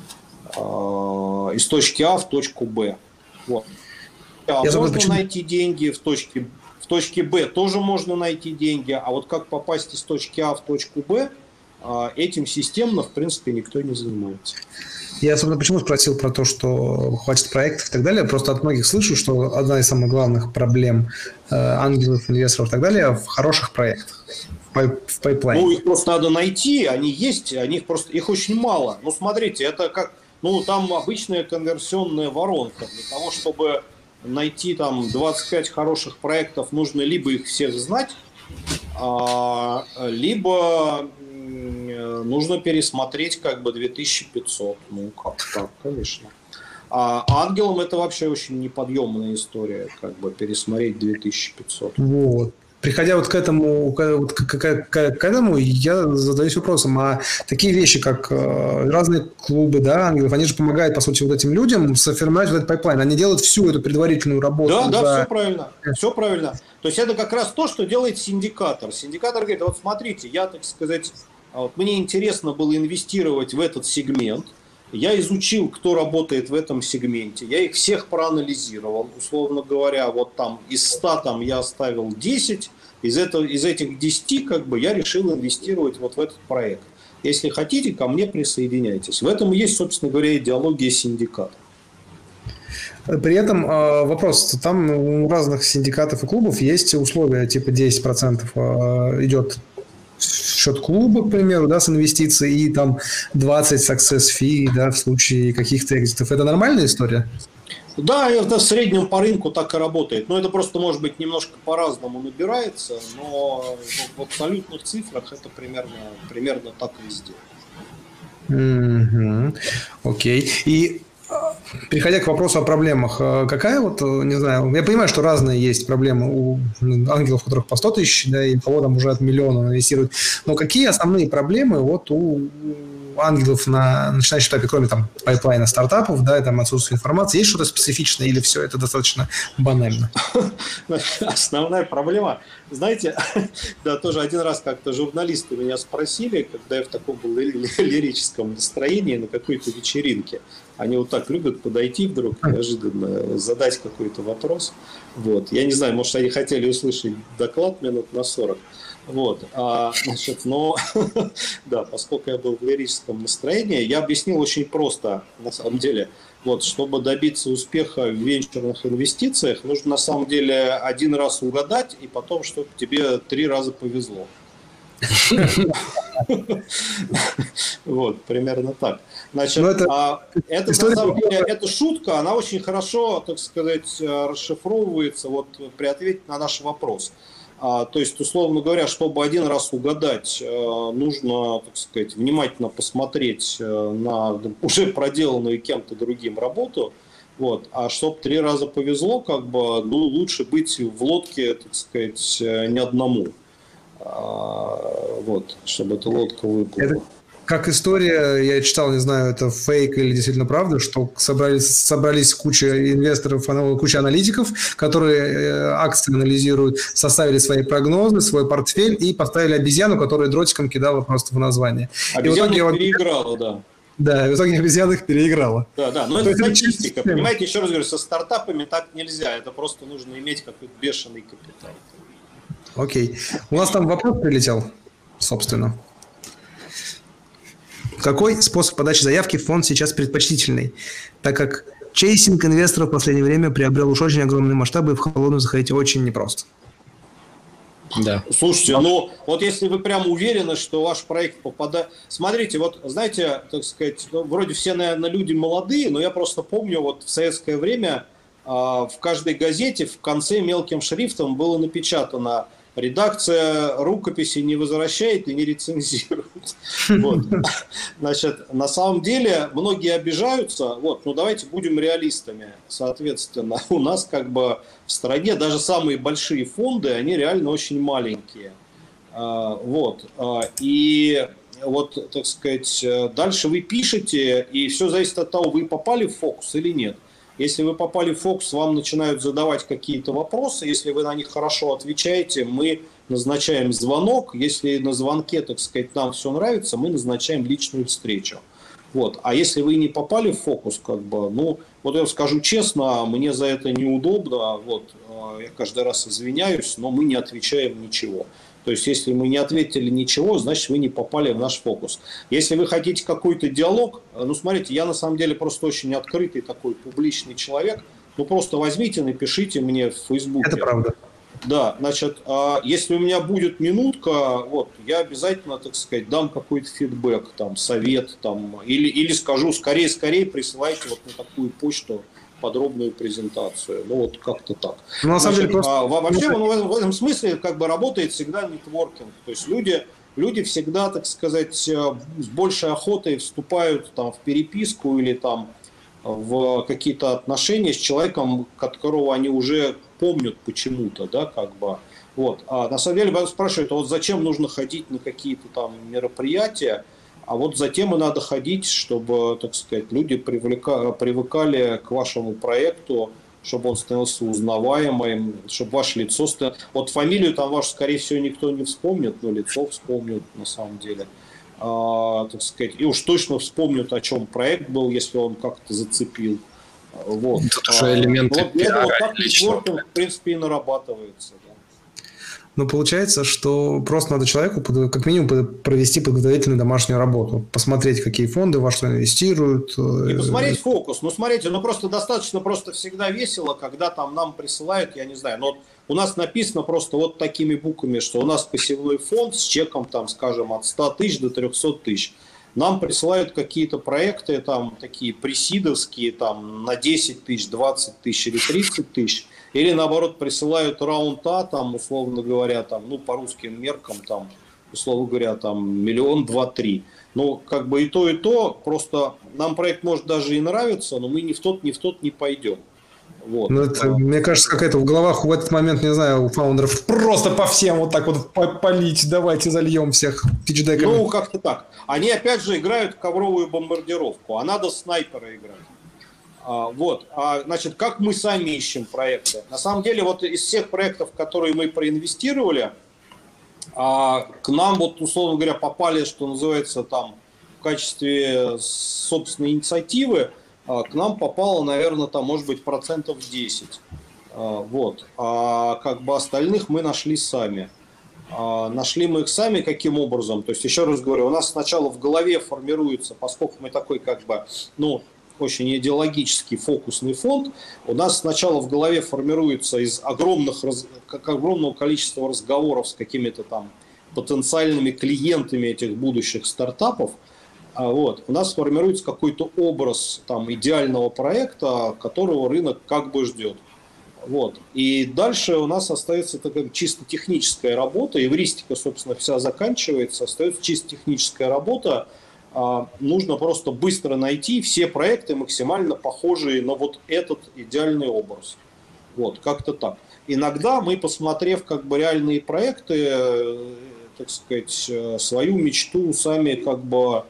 из точки А в точку Б. Вот. Можно найти деньги в точке Б, тоже можно найти деньги, а вот как попасть из точки А в точку Б, этим системно, в принципе, никто не занимается. Я, особенно почему спросил про то, что хватит проектов и так далее. Просто от многих слышу, что одна из самых главных проблем ангелов, инвесторов и так далее в хороших проектах, в пайплайне. Ну, их просто надо найти, они есть, их очень мало. Ну, смотрите, это как, ну, там обычная конверсионная воронка. Для того, чтобы найти там 25 хороших проектов, нужно либо их всех знать, либо нужно пересмотреть как бы 2500. Ну, как так, конечно. А ангелам это вообще очень неподъемная история, как бы пересмотреть 2500. Вот. Приходя вот к этому, я задаюсь вопросом, а такие вещи, как разные клубы, да, ангелов, они же помогают, по сути, вот этим людям сформировать вот этот пайплайн. Они делают всю эту предварительную работу. Да, все правильно. Все правильно. То есть это как раз то, что делает синдикатор. Синдикатор говорит, вот смотрите, я, так сказать, вот мне интересно было инвестировать в этот сегмент. Я изучил, кто работает в этом сегменте. Я их всех проанализировал. Условно говоря, вот там из 100 там я оставил 10. Из этих 10 как бы я решил инвестировать вот в этот проект. Если хотите, ко мне присоединяйтесь. В этом и есть, собственно говоря, идеология синдиката. При этом вопрос, там у разных синдикатов и клубов есть условия, типа 10% идет в счет клуба, к примеру, да, с инвестиций, и там 20 success fee, да, в случае каких-то экзитов. Это нормальная история? Да, это в среднем по рынку так и работает. Но это просто, может быть, немножко по-разному набирается, но в абсолютных цифрах это примерно так и везде. Окей. И переходя к вопросу о проблемах, какая вот, не знаю, я понимаю, что разные есть проблемы у ангелов, у которых по 100 тысяч, да, и кого там уже от миллиона инвестируют, но какие основные проблемы вот у ангелов на начинающем этапе, кроме там пайплайна стартапов, да, и там отсутствие информации, есть что-то специфичное или все это достаточно банально? Основная проблема, знаете, да, тоже один раз как-то журналисты меня спросили, когда я в таком был лирическом настроении на какой-то вечеринке. Они вот так любят подойти вдруг, неожиданно задать какой-то вопрос. Вот. Я не знаю, может, они хотели услышать доклад минут на 40. Вот, значит, но да, поскольку я был в лирическом настроении, я объяснил очень просто, на самом деле, вот, чтобы добиться успеха в венчурных инвестициях, нужно на самом деле один раз угадать, и потом, чтобы тебе 3 раза повезло. Вот, примерно так. Значит, это на самом деле, эта шутка, она очень хорошо, так сказать, расшифровывается вот при ответе на наш вопрос. То есть, условно говоря, чтобы один раз угадать, нужно, так сказать, внимательно посмотреть на уже проделанную кем-то другим работу. Вот. А чтобы 3 раза повезло, как бы, ну, лучше быть в лодке, так сказать, не одному. Вот, чтобы эта лодка выплыла. Как история, я читал, не знаю, это фейк или действительно правда, что собрались куча инвесторов, куча аналитиков, которые акции анализируют, составили свои прогнозы, свой портфель и поставили обезьяну, которая дротиком кидала просто в название. Обезьяна их переиграла, да. Да, в итоге обезьяна их переиграла. Да, но это статистика. Понимаете, еще раз говорю, со стартапами так нельзя. Это просто нужно иметь какой-то бешеный капитал. Окей. У нас там вопрос прилетел, собственно. Какой способ подачи заявки в фонд сейчас предпочтительный? Так как чейсинг инвесторов в последнее время приобрел уж очень огромные масштабы, и в холодную заходить очень непросто. Да. Слушайте, ну вот если вы прям уверены, что ваш проект попадает... Смотрите, вот знаете, так сказать, ну, вроде все, наверное, люди молодые, но я просто помню, вот в советское время в каждой газете в конце мелким шрифтом было напечатано: редакция рукописи не возвращает и не рецензирует. Вот. Значит, на самом деле многие обижаются. Вот, ну давайте будем реалистами. Соответственно, у нас как бы в стране даже самые большие фонды, они реально очень маленькие. Вот. И вот, так сказать, дальше вы пишете, и все зависит от того, вы попали в фокус или нет. Если вы попали в фокус, вам начинают задавать какие-то вопросы. Если вы на них хорошо отвечаете, мы назначаем звонок. Если на звонке, так сказать, нам все нравится, мы назначаем личную встречу. Вот. А если вы не попали в фокус, как бы, ну, вот я скажу честно, мне за это неудобно. Вот, я каждый раз извиняюсь, но мы не отвечаем ничего. То есть, если мы не ответили ничего, значит, вы не попали в наш фокус. Если вы хотите какой-то диалог, ну, смотрите, я на самом деле просто очень открытый такой публичный человек. Ну, просто возьмите, напишите мне в Фейсбуке. Это правда. Да, значит, если у меня будет минутка, вот, я обязательно, так сказать, дам какой-то фидбэк, там, совет, там, или скажу, скорее присылайте вот на такую почту подробную презентацию. Ну, вот как-то так. Ну, на самом деле, просто... Вообще, в этом смысле как бы работает всегда нетворкинг. То есть люди всегда, так сказать, с большей охотой вступают там, в переписку или там, в какие-то отношения с человеком, которого они уже помнят почему-то, да, как бы. Вот. А на самом деле спрашивают, а вот зачем нужно ходить на какие-то там мероприятия? А вот затем и надо ходить, чтобы, так сказать, люди привыкали к вашему проекту, чтобы он становился узнаваемым, чтобы ваше лицо... Вот фамилию там вашу, скорее всего, никто не вспомнит, но лицо вспомнит на самом деле. Так сказать, и уж точно вспомнят, о чем проект был, если он как-то зацепил. Вот. Тут уже элементы вот так нетворкинг, в принципе, и нарабатывается. Да. Но получается, что просто надо человеку как минимум провести подготовительную домашнюю работу, посмотреть, какие фонды во что инвестируют. И посмотреть фокус. Ну, смотрите, просто достаточно просто всегда весело, когда там нам присылают, я не знаю, но у нас написано просто вот такими буквами, что у нас пассивный фонд с чеком, там, скажем, от 100 тысяч до 300 тысяч. Нам присылают какие-то проекты, там, такие пресидовские, там, на 10 тысяч, 20 тысяч или 30 тысяч. Или, наоборот, присылают раунд А, там, условно говоря, там, ну, по русским меркам, там, условно говоря, там, 1 2 3 000 000. Ну, как бы и то, просто нам проект может даже и нравиться, но мы ни в тот не пойдем. Вот. Ну, это, мне кажется, какая-то в головах в этот момент, не знаю, у фаундеров просто по всем вот так вот полить, давайте зальем всех пичдеками. Ну, как-то так. Они, опять же, играют в ковровую бомбардировку, а надо снайпера играть. Вот, значит, как мы сами ищем проекты? На самом деле, вот из всех проектов, которые мы проинвестировали, к нам, вот, условно говоря, попали, что называется, там, в качестве собственной инициативы, к нам попало, наверное, там, может быть, 10%. Вот. А как бы остальных мы нашли сами. Нашли мы их сами каким образом? То есть, еще раз говорю, у нас сначала в голове формируется, поскольку мы такой, как бы, ну, очень идеологический фокусный фонд, у нас сначала в голове формируется из огромного количества разговоров с какими-то там потенциальными клиентами этих будущих стартапов. Вот, у нас формируется какой-то образ там идеального проекта, которого рынок как бы ждет. Вот. И дальше у нас остается такая чисто техническая работа, эвристика, собственно, вся заканчивается, остается чисто техническая работа. Нужно просто быстро найти все проекты, максимально похожие на вот этот идеальный образ. Вот, как-то так. Иногда мы, посмотрев как бы реальные проекты, так сказать, свою мечту сами как бы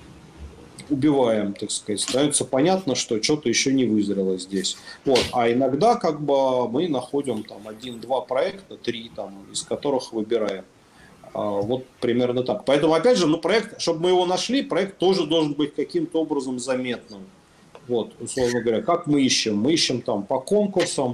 убиваем, так сказать. Становится понятно, что что-то еще не вызрело здесь. Вот. А иногда как бы мы находим там 1-2 проекта, 3, там, из которых выбираем. Вот примерно так. Поэтому, опять же, проект, чтобы мы его нашли, проект тоже должен быть каким-то образом заметным. Вот, условно говоря, как мы ищем? Мы ищем там по конкурсам,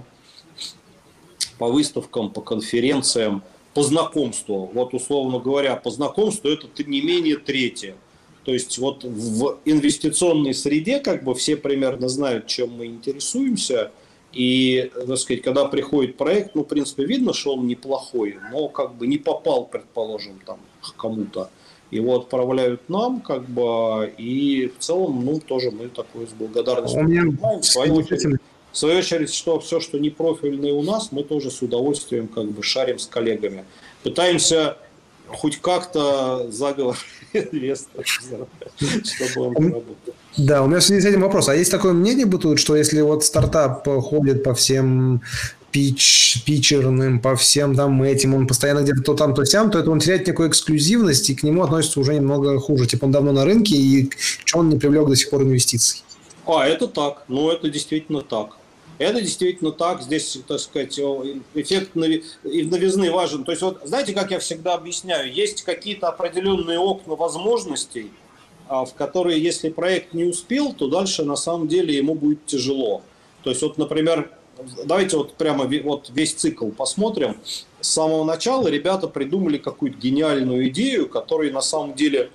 по выставкам, по конференциям, по знакомству. Вот, условно говоря, по знакомству это не менее третье. То есть вот в инвестиционной среде как бы все примерно знают, чем мы интересуемся. И, так сказать, когда приходит проект, в принципе, видно, что он неплохой, но как бы не попал, предположим, там, к кому-то. Его отправляют нам, как бы, и в целом, тоже мы такое с благодарностью принимаем. В свою очередь, что все, что не профильное у нас, мы тоже с удовольствием как бы шарим с коллегами. Пытаемся хоть как-то заговор инвесторов, чтобы он работал. Да, у меня в связи с этим вопрос. А есть такое мнение бытует, что если вот стартап ходит по всем питчерным, по всем там этим, он постоянно где-то то там, то сям, то это он теряет некую эксклюзивность, и к нему относится уже немного хуже. Типа он давно на рынке, и что он не привлек до сих пор инвестиций? Это так. Это действительно так. Это действительно так. Здесь, так сказать, эффект новизны важен. То есть, вот, знаете, как я всегда объясняю, есть какие-то определенные окна возможностей, в которые, если проект не успел, то дальше на самом деле ему будет тяжело. То есть, вот, например, давайте вот прямо вот весь цикл посмотрим. С самого начала ребята придумали какую-то гениальную идею, которой на самом деле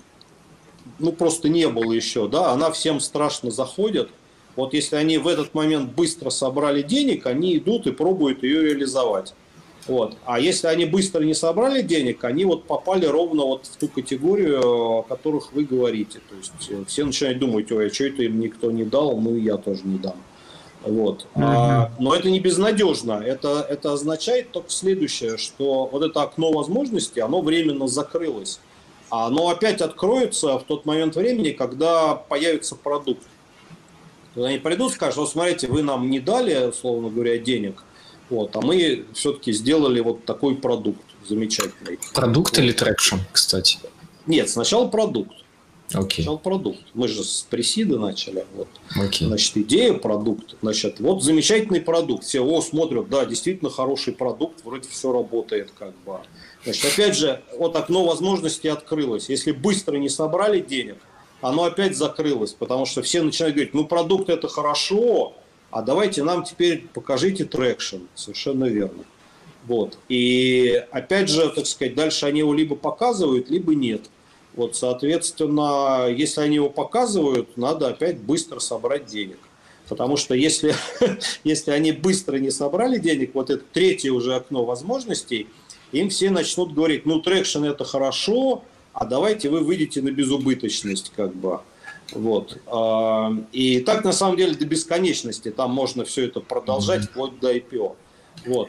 просто не было еще. Да? Она всем страшно заходит. Вот если они в этот момент быстро собрали денег, они идут и пробуют ее реализовать. Вот. А если они быстро не собрали денег, они вот попали ровно вот в ту категорию, о которых вы говорите. То есть все начинают думать, ой, а что это им никто не дал, и я тоже не дам. Вот. Но это не безнадежно. Это означает только следующее, что вот это окно возможностей, оно временно закрылось. А оно опять откроется в тот момент времени, когда появится продукт. Когда они придут, скажут, вот смотрите, вы нам не дали, условно говоря, денег, а мы все-таки сделали вот такой продукт замечательный. Продукт или трекшн, кстати? Нет, сначала продукт. Окей. Сначала продукт. Мы же с пресида начали. Окей. Значит, идея, продукт. Значит, вот замечательный продукт. Все, смотрят, да, действительно хороший продукт, вроде все работает как бы. Значит, опять же, вот окно возможностей открылось. Если быстро не собрали денег, оно опять закрылось, потому что все начинают говорить, продукт это хорошо, а давайте нам теперь покажите трекшн. Совершенно верно. Вот. И опять же, так сказать, дальше они его либо показывают, либо нет. Вот, соответственно, если они его показывают, надо опять быстро собрать денег. Потому что если, если они быстро не собрали денег, вот это третье уже окно возможностей, им все начнут говорить, ну, трекшн это хорошо, а давайте вы выйдете на безубыточность, как бы. Вот. И так, на самом деле, до бесконечности. Там можно все это продолжать вплоть до IPO. Вот.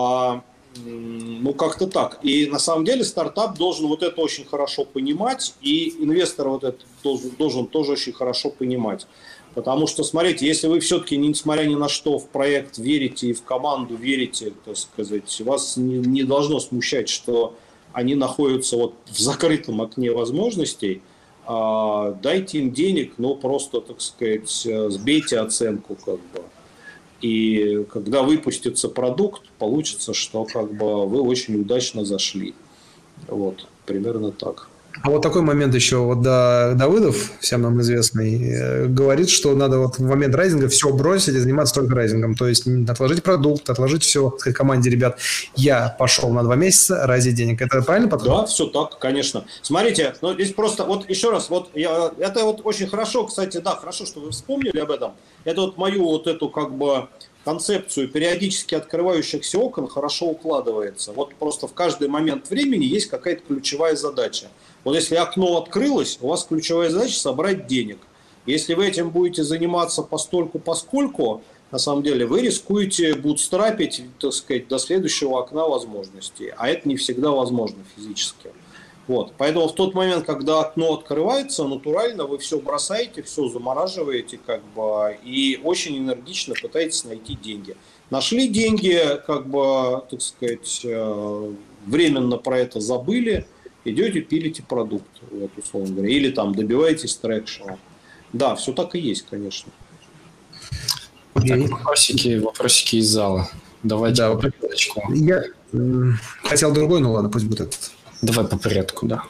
Ну, как-то так. И на самом деле стартап должен вот это очень хорошо понимать, и инвестор вот это должен тоже очень хорошо понимать. Потому что, смотрите, если вы все-таки, несмотря ни на что, в проект верите и в команду верите, так сказать, вас не должно смущать, что они находятся вот в закрытом окне возможностей, дайте им денег, но просто, так сказать, сбейте оценку, как бы. И когда выпустится продукт, получится, что как бы вы очень удачно зашли. Вот, примерно так. А вот такой момент еще. Вот Давыдов, всем нам известный, говорит, что надо вот в момент райзинга все бросить и заниматься только райзингом. То есть отложить продукт, отложить все, сказать команде, ребят, я пошел на 2 месяца ради денег. Это правильно подход? Да, все так, конечно. Смотрите, ну, здесь просто, вот еще раз, это вот очень хорошо, кстати, да, хорошо, что вы вспомнили об этом. Это вот мою вот эту как бы концепцию периодически открывающихся окон хорошо укладывается. Вот просто в каждый момент времени есть какая-то ключевая задача. Вот если окно открылось, у вас ключевая задача собрать денег. Если вы этим будете заниматься постольку-поскольку, на самом деле вы рискуете бутстрапить, так сказать, до следующего окна возможностей. А это не всегда возможно физически. Вот. Поэтому в тот момент, когда окно открывается, натурально вы все бросаете, все замораживаете, как бы, и очень энергично пытаетесь найти деньги. Нашли деньги, как бы, так сказать, временно про это забыли, идете, пилите продукт, вот, условно говоря, или там добиваетесь трекшена. Да, все так и есть, конечно. Так, вопросики из зала. Давайте да, по порядку. Я хотел другой, ну ладно, пусть будет этот. Давай по порядку, да.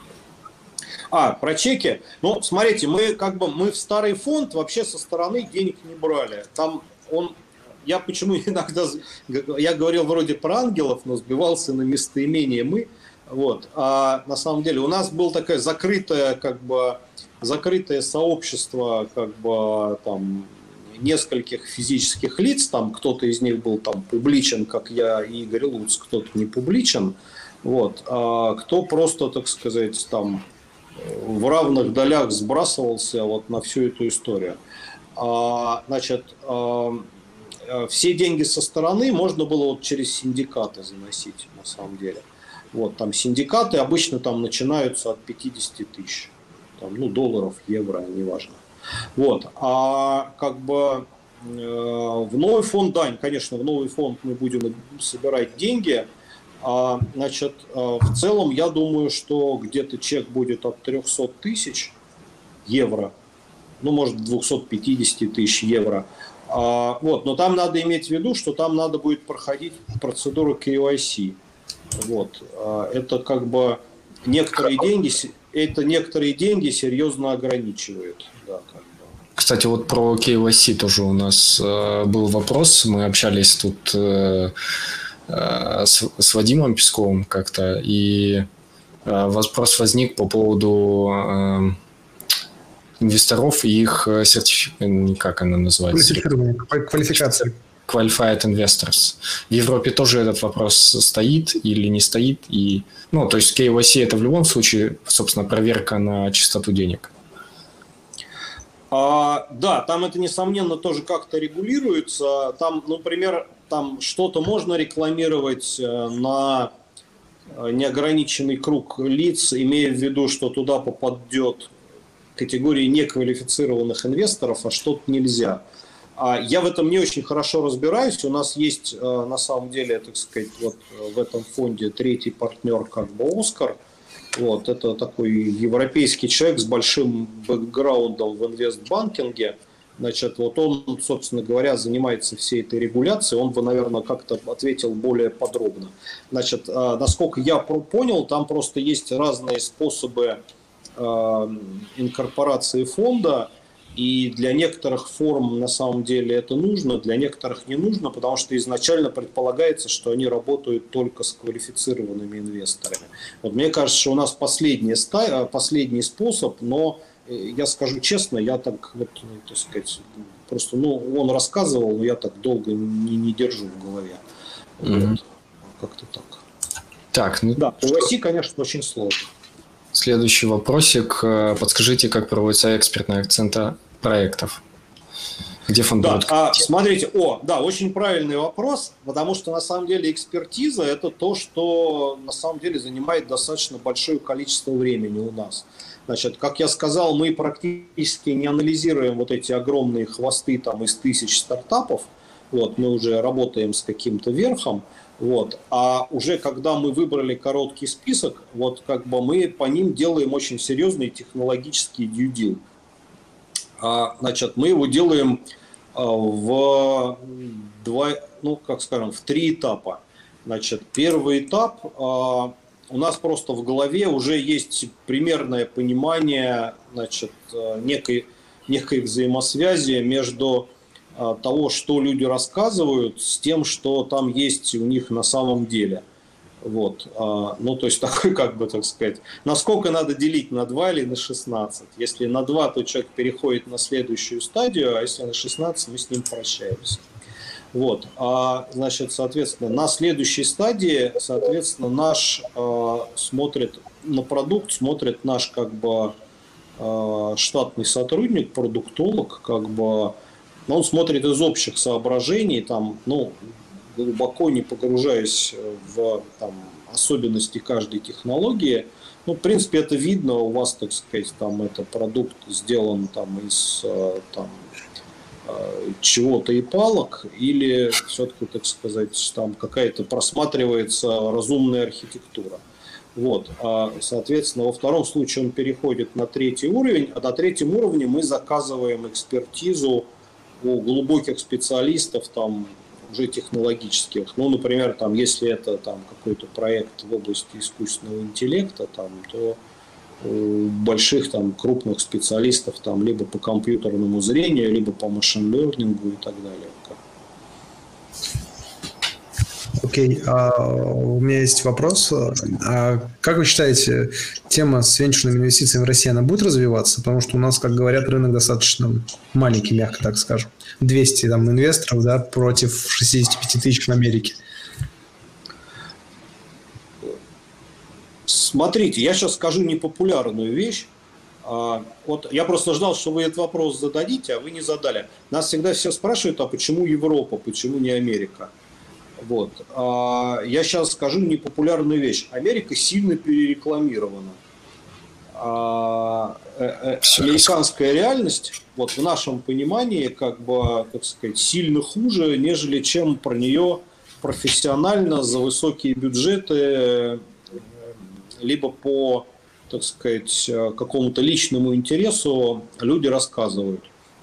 Про чеки. Ну, смотрите, мы в старый фонд вообще со стороны денег не брали. Там я почему иногда, я говорил вроде про ангелов, но сбивался на местоимение мы. Вот. А на самом деле у нас было такое закрытое сообщество, как бы, там, нескольких физических лиц, там кто-то из них был там публичен, как я и Игорь Луц, кто-то не публичен, вот, а кто просто, так сказать, там в равных долях сбрасывался вот на всю эту историю. Значит, все деньги со стороны можно было вот через синдикаты заносить, на самом деле. Вот, там синдикаты обычно там начинаются от 50 тысяч, там, ну, долларов, евро, неважно. Вот. А как бы в новый фонд, да, конечно, в новый фонд мы будем собирать деньги. Значит, в целом, я думаю, что где-то чек будет от 300 тысяч евро, ну, может, 250 тысяч евро. Вот. Но там надо иметь в виду, что там надо будет проходить процедуру KYC. Вот. Это как бы некоторые деньги серьезно ограничивают. Да, как бы. Кстати, вот про KYC тоже у нас был вопрос. Мы общались тут с Вадимом Песковым как-то, и вопрос возник по поводу инвесторов и их сертификации, как она называется? Квалификация. Qualified Investors. В Европе тоже этот вопрос стоит или не стоит. И, ну, то есть KYC это в любом случае, собственно, проверка на чистоту денег. Да, там это, несомненно, тоже как-то регулируется. Там, например, там что-то можно рекламировать на неограниченный круг лиц, имея в виду, что туда попадет категория неквалифицированных инвесторов, а что-то нельзя. Я в этом не очень хорошо разбираюсь. У нас есть, на самом деле, так сказать, вот в этом фонде третий партнер, как бы Оскар. Вот, это такой европейский человек с большим бэкграундом в инвестбанкинге. Значит, вот он, собственно говоря, занимается всей этой регуляцией. Он бы, наверное, как-то ответил более подробно. Значит, насколько я понял, там просто есть разные способы инкорпорации фонда. И для некоторых форм на самом деле это нужно, для некоторых не нужно, потому что изначально предполагается, что они работают только с квалифицированными инвесторами. Вот мне кажется, что у нас последний способ, но я скажу честно, я так, вот, так сказать, просто, он рассказывал, но я так долго не держу в голове. Вот. Как-то так. Так, да, PYC, конечно, очень сложно. Следующий вопросик. Подскажите, как проводится экспертная оценка проектов? Где фонд? Смотрите, очень правильный вопрос, потому что на самом деле экспертиза – это то, что на самом деле занимает достаточно большое количество времени у нас. Значит, как я сказал, мы практически не анализируем вот эти огромные хвосты там из 1000 стартапов. Вот, мы уже работаем с каким-то верхом. Вот. А уже когда мы выбрали короткий список, вот как бы мы по ним делаем очень серьезный технологический due deal. Значит, мы его делаем в 3 этапа. Значит, первый этап, у нас просто в голове уже есть примерное понимание, значит, некой взаимосвязи между того, что люди рассказывают, с тем, что там есть у них на самом деле. Вот. То есть такой, как бы, так сказать, насколько надо делить на 2 или на 16. Если на 2, то человек переходит на следующую стадию, а если на 16, мы с ним прощаемся. Вот. Значит, соответственно, на следующей стадии, соответственно, наш смотрит на продукт, смотрит наш, как бы, штатный сотрудник, продуктолог, как бы, он смотрит из общих соображений, там, глубоко не погружаясь в особенности каждой технологии. В принципе, это видно, у вас, так сказать, там это продукт сделан из чего-то и палок, или все-таки, так сказать, там какая-то просматривается разумная архитектура. Вот. Соответственно, во втором случае он переходит на 3-й уровень, а на 3-м уровне мы заказываем экспертизу у глубоких специалистов, там, уже технологических. Например, там, если это какой-то проект в области искусственного интеллекта, то у больших крупных специалистов либо по компьютерному зрению, либо по машин-лернингу и так далее. Окей, у меня есть вопрос. Как вы считаете, тема с венчурными инвестициями в России, она будет развиваться? Потому что у нас, как говорят, рынок достаточно маленький, мягко так скажем. 200 инвесторов, да, против 65 тысяч в Америке. Смотрите, я сейчас скажу непопулярную вещь. Вот я просто ждал, что вы этот вопрос зададите, а вы не задали. Нас всегда все спрашивают, а почему Европа, почему не Америка? Вот. Я сейчас скажу непопулярную вещь. Америка сильно перерекламирована. Американская реальность, вот в нашем понимании, как бы, так сказать, сильно хуже, нежели чем про нее профессионально за высокие бюджеты, либо по, так сказать, какому-то личному интересу люди рассказывают.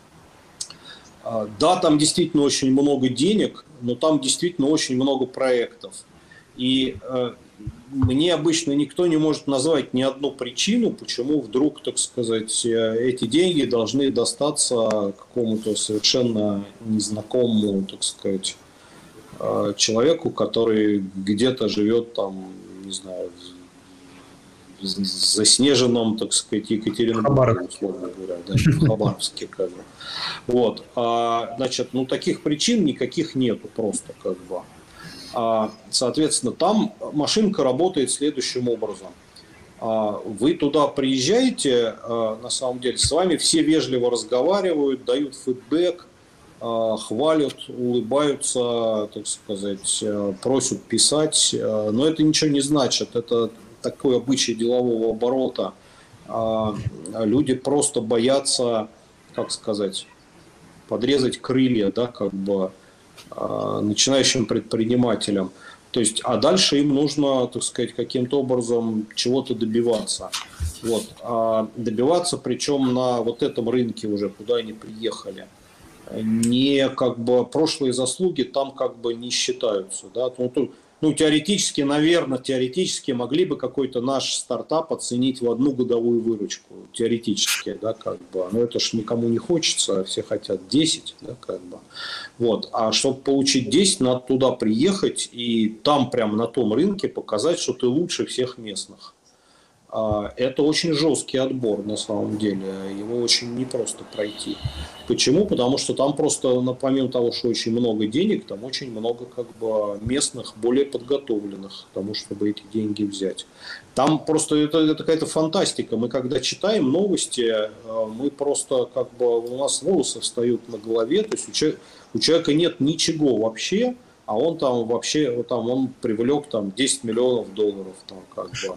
Да, там действительно очень много денег, но там действительно очень много проектов. И мне обычно никто не может назвать ни одну причину, почему вдруг, так сказать, эти деньги должны достаться какому-то совершенно незнакомому, так сказать, человеку, который где-то живет там, не знаю, в заснеженном, так сказать, Екатеринбурге, условно говоря, да, в Хабаровске, как бы. Вот. Значит, таких причин никаких нету просто, как бы. Соответственно, там машинка работает следующим образом. Вы туда приезжаете, на самом деле, с вами все вежливо разговаривают, дают фидбэк, хвалят, улыбаются, так сказать, просят писать, но это ничего не значит, это такой обычай делового оборота. Люди просто боятся, как сказать, подрезать крылья, да, как бы, начинающим предпринимателям. То есть, а дальше им нужно, так сказать, каким-то образом чего-то добиваться. Вот. Добиваться, причем на вот этом рынке уже, куда они приехали. Не как бы прошлые заслуги там как бы не считаются. Да? ну, теоретически, наверное, теоретически могли бы какой-то наш стартап оценить в 1 годовую выручку. Теоретически, да, как бы. Но это ж никому не хочется, все хотят 10, да, как бы. Вот. А чтобы получить 10, надо туда приехать и там прямо на том рынке показать, что ты лучше всех местных. Это очень жесткий отбор на самом деле, его очень непросто пройти. Почему? Потому что там просто, помимо того, что очень много денег, там очень много как бы местных, более подготовленных к тому, чтобы эти деньги взять. Там просто это какая-то фантастика. Мы когда читаем новости, мы просто как бы у нас волосы встают на голове, то есть у человека нет ничего вообще, а он там вообще там, он привлек там 10 миллионов долларов там, как бы.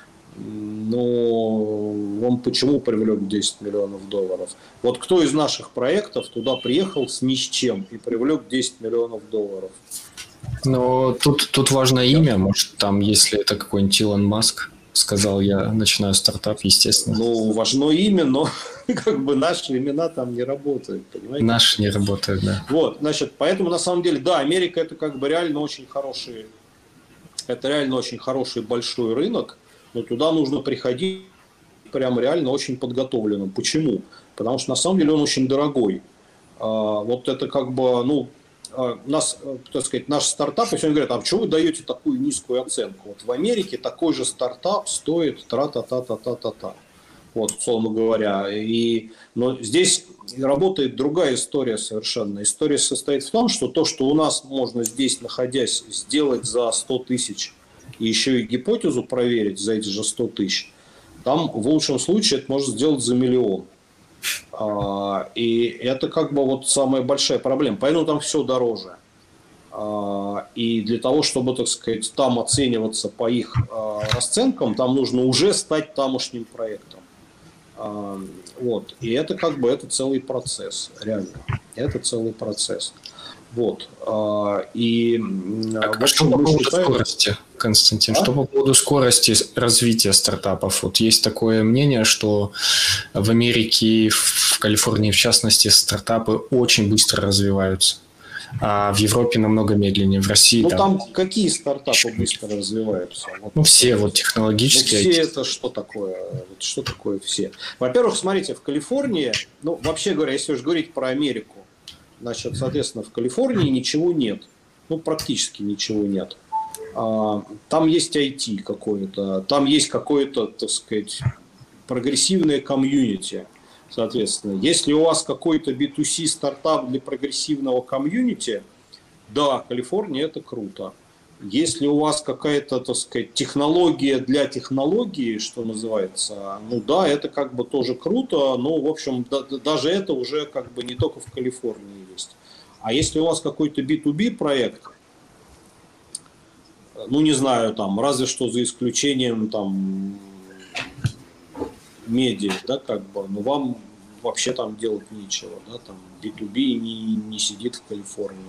Но он почему привлек 10 миллионов долларов? Вот кто из наших проектов туда приехал с ни с чем и привлек 10 миллионов долларов? Но тут важно имя. Может, там, если это какой-нибудь Илон Маск, сказал, я начинаю стартап, естественно. Ну, важно имя, но как бы наши имена там не работают, понимаете? Наши не работают, да. Вот, значит, поэтому на самом деле, да, Америка это как бы реально очень хороший, это реально очень хороший большой рынок. Но туда нужно приходить прям реально очень подготовленным. Почему? Потому что на самом деле он очень дорогой. Вот это как бы, ну, нас, так сказать, наш стартап, и все говорят, а почему вы даете такую низкую оценку? Вот в Америке такой же стартап стоит тра-та-та-та-та-та-та. Вот, условно говоря. Но здесь работает другая история совершенно. История состоит в том, что то, что у нас можно здесь, находясь, сделать за 100 тысяч, и еще и гипотезу проверить за эти же 100 тысяч, там в лучшем случае это можно сделать за 1 миллион. И это как бы вот самая большая проблема. Поэтому там все дороже. И для того, чтобы, так сказать, там оцениваться по их расценкам, там нужно уже стать тамошним проектом. Вот. И это как бы это целый процесс, реально. Это целый процесс. Вот. И вот что по поводу скорости, Константин, что по поводу скорости развития стартапов? Вот есть такое мнение, что в Америке, в Калифорнии в частности, стартапы очень быстро развиваются, а в Европе намного медленнее, в России... Ну, там какие стартапы быстро развиваются? Вот, ну, все вот технологические. Ну, все это что такое? Вот, что такое все? Во-первых, смотрите, в Калифорнии, ну, вообще говоря, если уж говорить про Америку, значит, соответственно, в Калифорнии ничего нет. Ну, практически ничего нет. Там есть IT какое-то, там есть какое-то, так сказать, прогрессивное комьюнити. Соответственно, если у вас какой-то B2C стартап для прогрессивного комьюнити, да, Калифорния это круто. Если у вас какая-то, так сказать, технология для технологии, что называется, ну да, это как бы тоже круто, но, в общем, даже это уже как бы не только в Калифорнии есть. А если у вас какой-то B2B проект, ну, не знаю, там, разве что за исключением, там, медиа, да, как бы, но вам вообще там делать нечего, да, там, B2B не сидит в Калифорнии.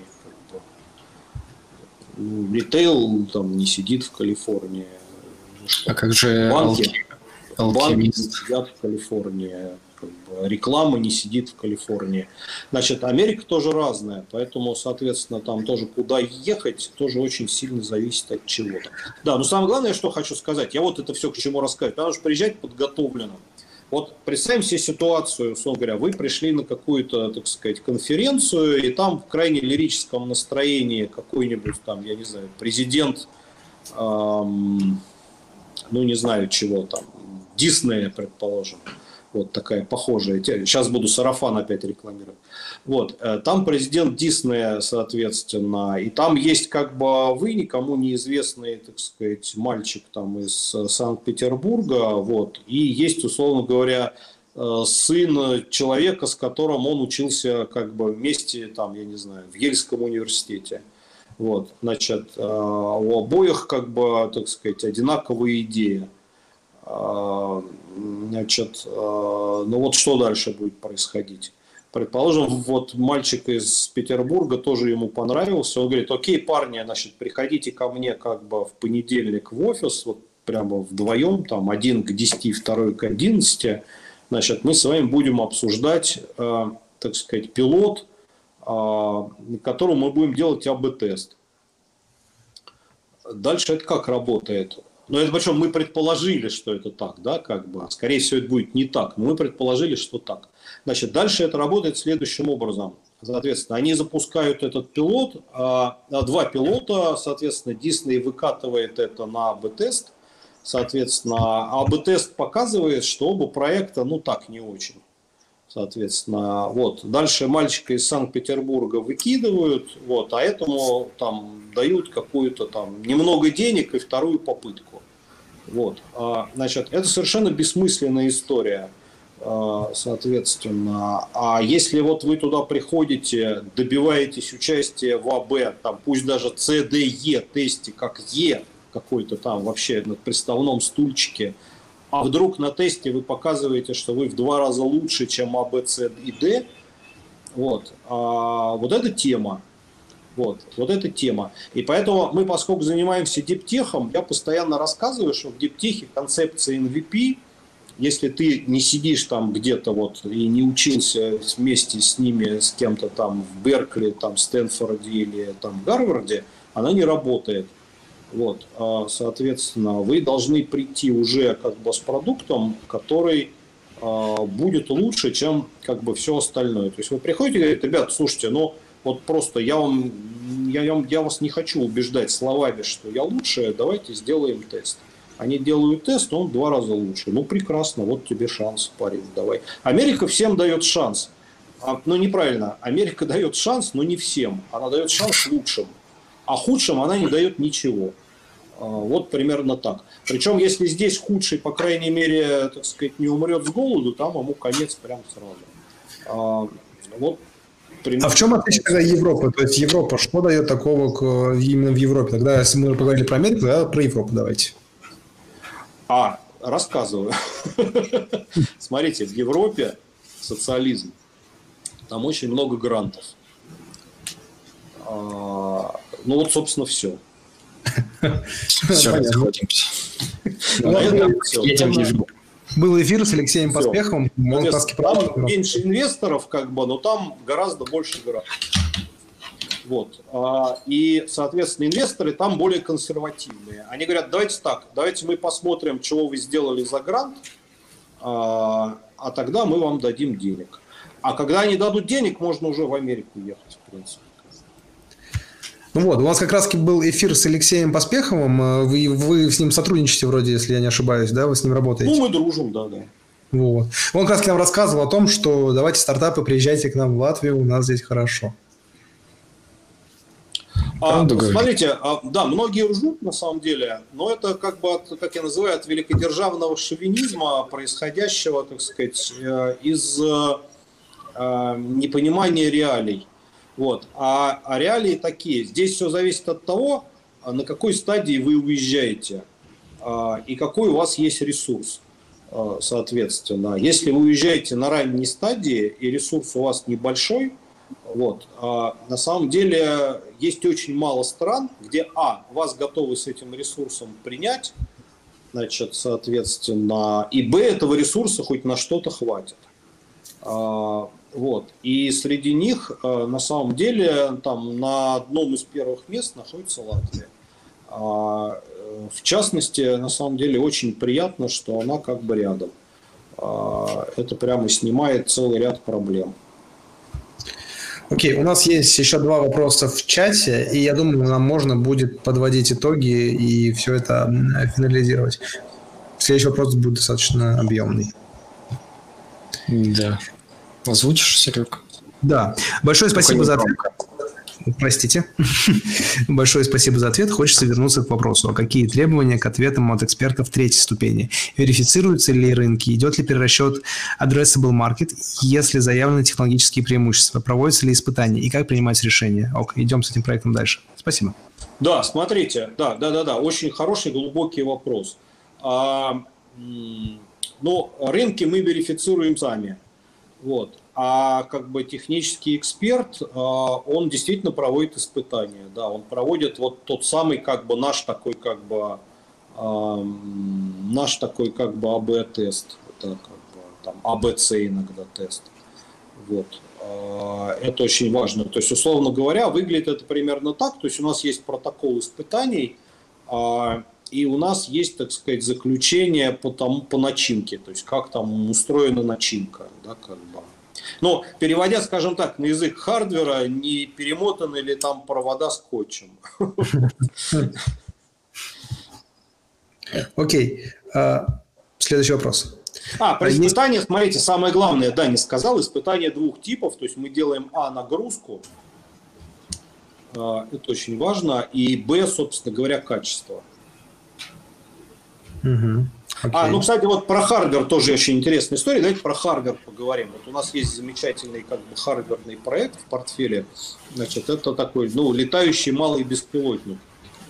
Ритейл там не сидит в Калифорнии. А как же банки сидят в Калифорнии. Реклама не сидит в Калифорнии. Значит, Америка тоже разная, поэтому, соответственно, там тоже куда ехать, тоже очень сильно зависит от чего-то. Да, но самое главное, что хочу сказать, я вот это все к чему рассказываю, потому что приезжать подготовленным. Вот представим себе ситуацию, условно говоря, вы пришли на какую-то, так сказать, конференцию, и там в крайне лирическом настроении какой-нибудь там, я не знаю, президент, ну не знаю чего там, Диснея, предположим, вот такая похожая, сейчас буду сарафан опять рекламировать. Вот, там президент Диснея, соответственно, и там есть как бы вы, никому неизвестный, так сказать, мальчик там из Санкт-Петербурга, вот, и есть, условно говоря, сын человека, с которым он учился как бы вместе, там, я не знаю, в Ельском университете. Вот, значит, у обоих как бы, так сказать, одинаковые идеи. Значит, ну вот что дальше будет происходить? Предположим, вот мальчик из Петербурга тоже ему понравился. Он говорит: окей, парни, значит, приходите ко мне как бы в понедельник в офис, вот прямо вдвоем, там, один к 10, второй к 11. Значит, мы с вами будем обсуждать, так сказать, пилот, которому мы будем делать АБ-тест. Дальше это как работает? Ну, это причем мы предположили, что это так, да, как бы. Скорее всего, это будет не так, но мы предположили, что так. Значит, дальше это работает следующим образом. Соответственно, они запускают этот пилот, два пилота, соответственно, Disney выкатывает это на АБ-тест. Соответственно, АБ-тест показывает, что оба проекта, ну, так, не очень. Соответственно, вот. Дальше мальчика из Санкт-Петербурга выкидывают, вот, а этому там дают какую-то там немного денег и вторую попытку. Вот. Значит, это совершенно бессмысленная история. Соответственно, а если вот вы туда приходите, добиваетесь участия в АБ, там, пусть даже ЦДЕ тесте, как Е какой-то там вообще на приставном стульчике, а вдруг на тесте вы показываете, что вы в 2 раза лучше, чем А, Б, С и Д, вот, вот эта тема. Вот эта тема. И поэтому мы, поскольку занимаемся диптехом, я постоянно рассказываю, что в диптехе концепция MVP, если ты не сидишь там где-то вот и не учился вместе с ними, с кем-то там в Беркли, там, Стэнфорде или там в Гарварде, она не работает. Вот, соответственно, вы должны прийти уже как бы с продуктом, который будет лучше, чем как бы все остальное. То есть вы приходите и говорите: ребят, слушайте, ну вот просто я вас не хочу убеждать словами, что я лучше, давайте сделаем тест. Они делают тест, он в 2 раза лучше. Ну прекрасно, вот тебе шанс, парень, давай. Америка всем дает шанс. Но неправильно, Америка дает шанс, но не всем. Она дает шанс лучшим. А худшим она не дает ничего. Вот примерно так. Причем, если здесь худший, по крайней мере, так сказать, не умрет с голоду, там ему конец прям сразу. Вот примерно. А в чем отличие тогда Европы? То есть Европа, что дает такого именно в Европе? Тогда, если мы поговорили про Америку, тогда про Европу давайте. Рассказываю. Смотрите, в Европе социализм. Там очень много грантов. Ну вот, собственно, все. Все, расходимся. Был эфир с Алексеем Поспеховым. Там меньше инвесторов, как бы, но там гораздо больше грантов. Вот. И, соответственно, инвесторы там более консервативные. Они говорят: давайте так, давайте мы посмотрим, чего вы сделали за грант, а тогда мы вам дадим денег. А когда они дадут денег, можно уже в Америку ехать, в принципе. Ну вот, у вас как раз был эфир с Алексеем Поспеховым. Вы с ним сотрудничаете вроде, если я не ошибаюсь, да? Вы с ним работаете? Ну, мы дружим, да. Вот. Он как раз нам рассказывал о том, что давайте стартапы, приезжайте к нам в Латвию, у нас здесь хорошо. Смотрите, да, многие ржут на самом деле, но это как бы, как я называю, от великодержавного шовинизма, происходящего, так сказать, из непонимания реалий. Вот. А реалии такие. Здесь все зависит от того, на какой стадии вы уезжаете и какой у вас есть ресурс. Соответственно, если вы уезжаете на ранней стадии и ресурс у вас небольшой, вот, на самом деле есть очень мало стран, где вас готовы с этим ресурсом принять, значит, соответственно, и этого ресурса хоть на что-то хватит. Вот. И среди них, на самом деле, там на одном из первых мест находится Латвия. В частности, на самом деле, очень приятно, что она как бы рядом. Это прямо снимает целый ряд проблем. Окей, у нас есть еще 2 вопроса в чате, и я думаю, нам можно будет подводить итоги и все это финализировать. Следующий вопрос будет достаточно объемный. Да. Озвучишь, Серег? Да. Большое спасибо за ответ. Простите. Большое спасибо за ответ. Хочется вернуться к вопросу. А какие требования к ответам от экспертов 3-й ступени? Верифицируются ли рынки? Идет ли перерасчет addressable market, если заявлены технологические преимущества? Проводятся ли испытания? И как принимать решения? Идем с этим проектом дальше. Спасибо. Да, смотрите. Да. Очень хороший, глубокий вопрос. Рынки мы верифицируем сами. Вот. А как бы технический эксперт, он действительно проводит испытания. Да, он проводит вот тот самый как бы наш такой как бы АБ-тест, это как бы там АБЦ иногда тест. Вот. Это очень важно. То есть, условно говоря, выглядит это примерно так. То есть у нас есть протокол испытаний, И у нас есть, так сказать, заключение по начинке, то есть как там устроена начинка, да, как бы. Но переводя, скажем так, на язык хардвера, не перемотаны ли там провода скотчем. Окей. Следующий вопрос. Про испытание, смотрите, самое главное, да, не сказал, испытание двух типов, то есть мы делаем нагрузку, это очень важно, и б, собственно говоря, качество. Ну, кстати, вот про хардвер тоже очень интересная история. Давайте про хардвер поговорим. Вот у нас есть замечательный как бы хардверный проект в портфеле. Значит, это такой, летающий малый беспилотник.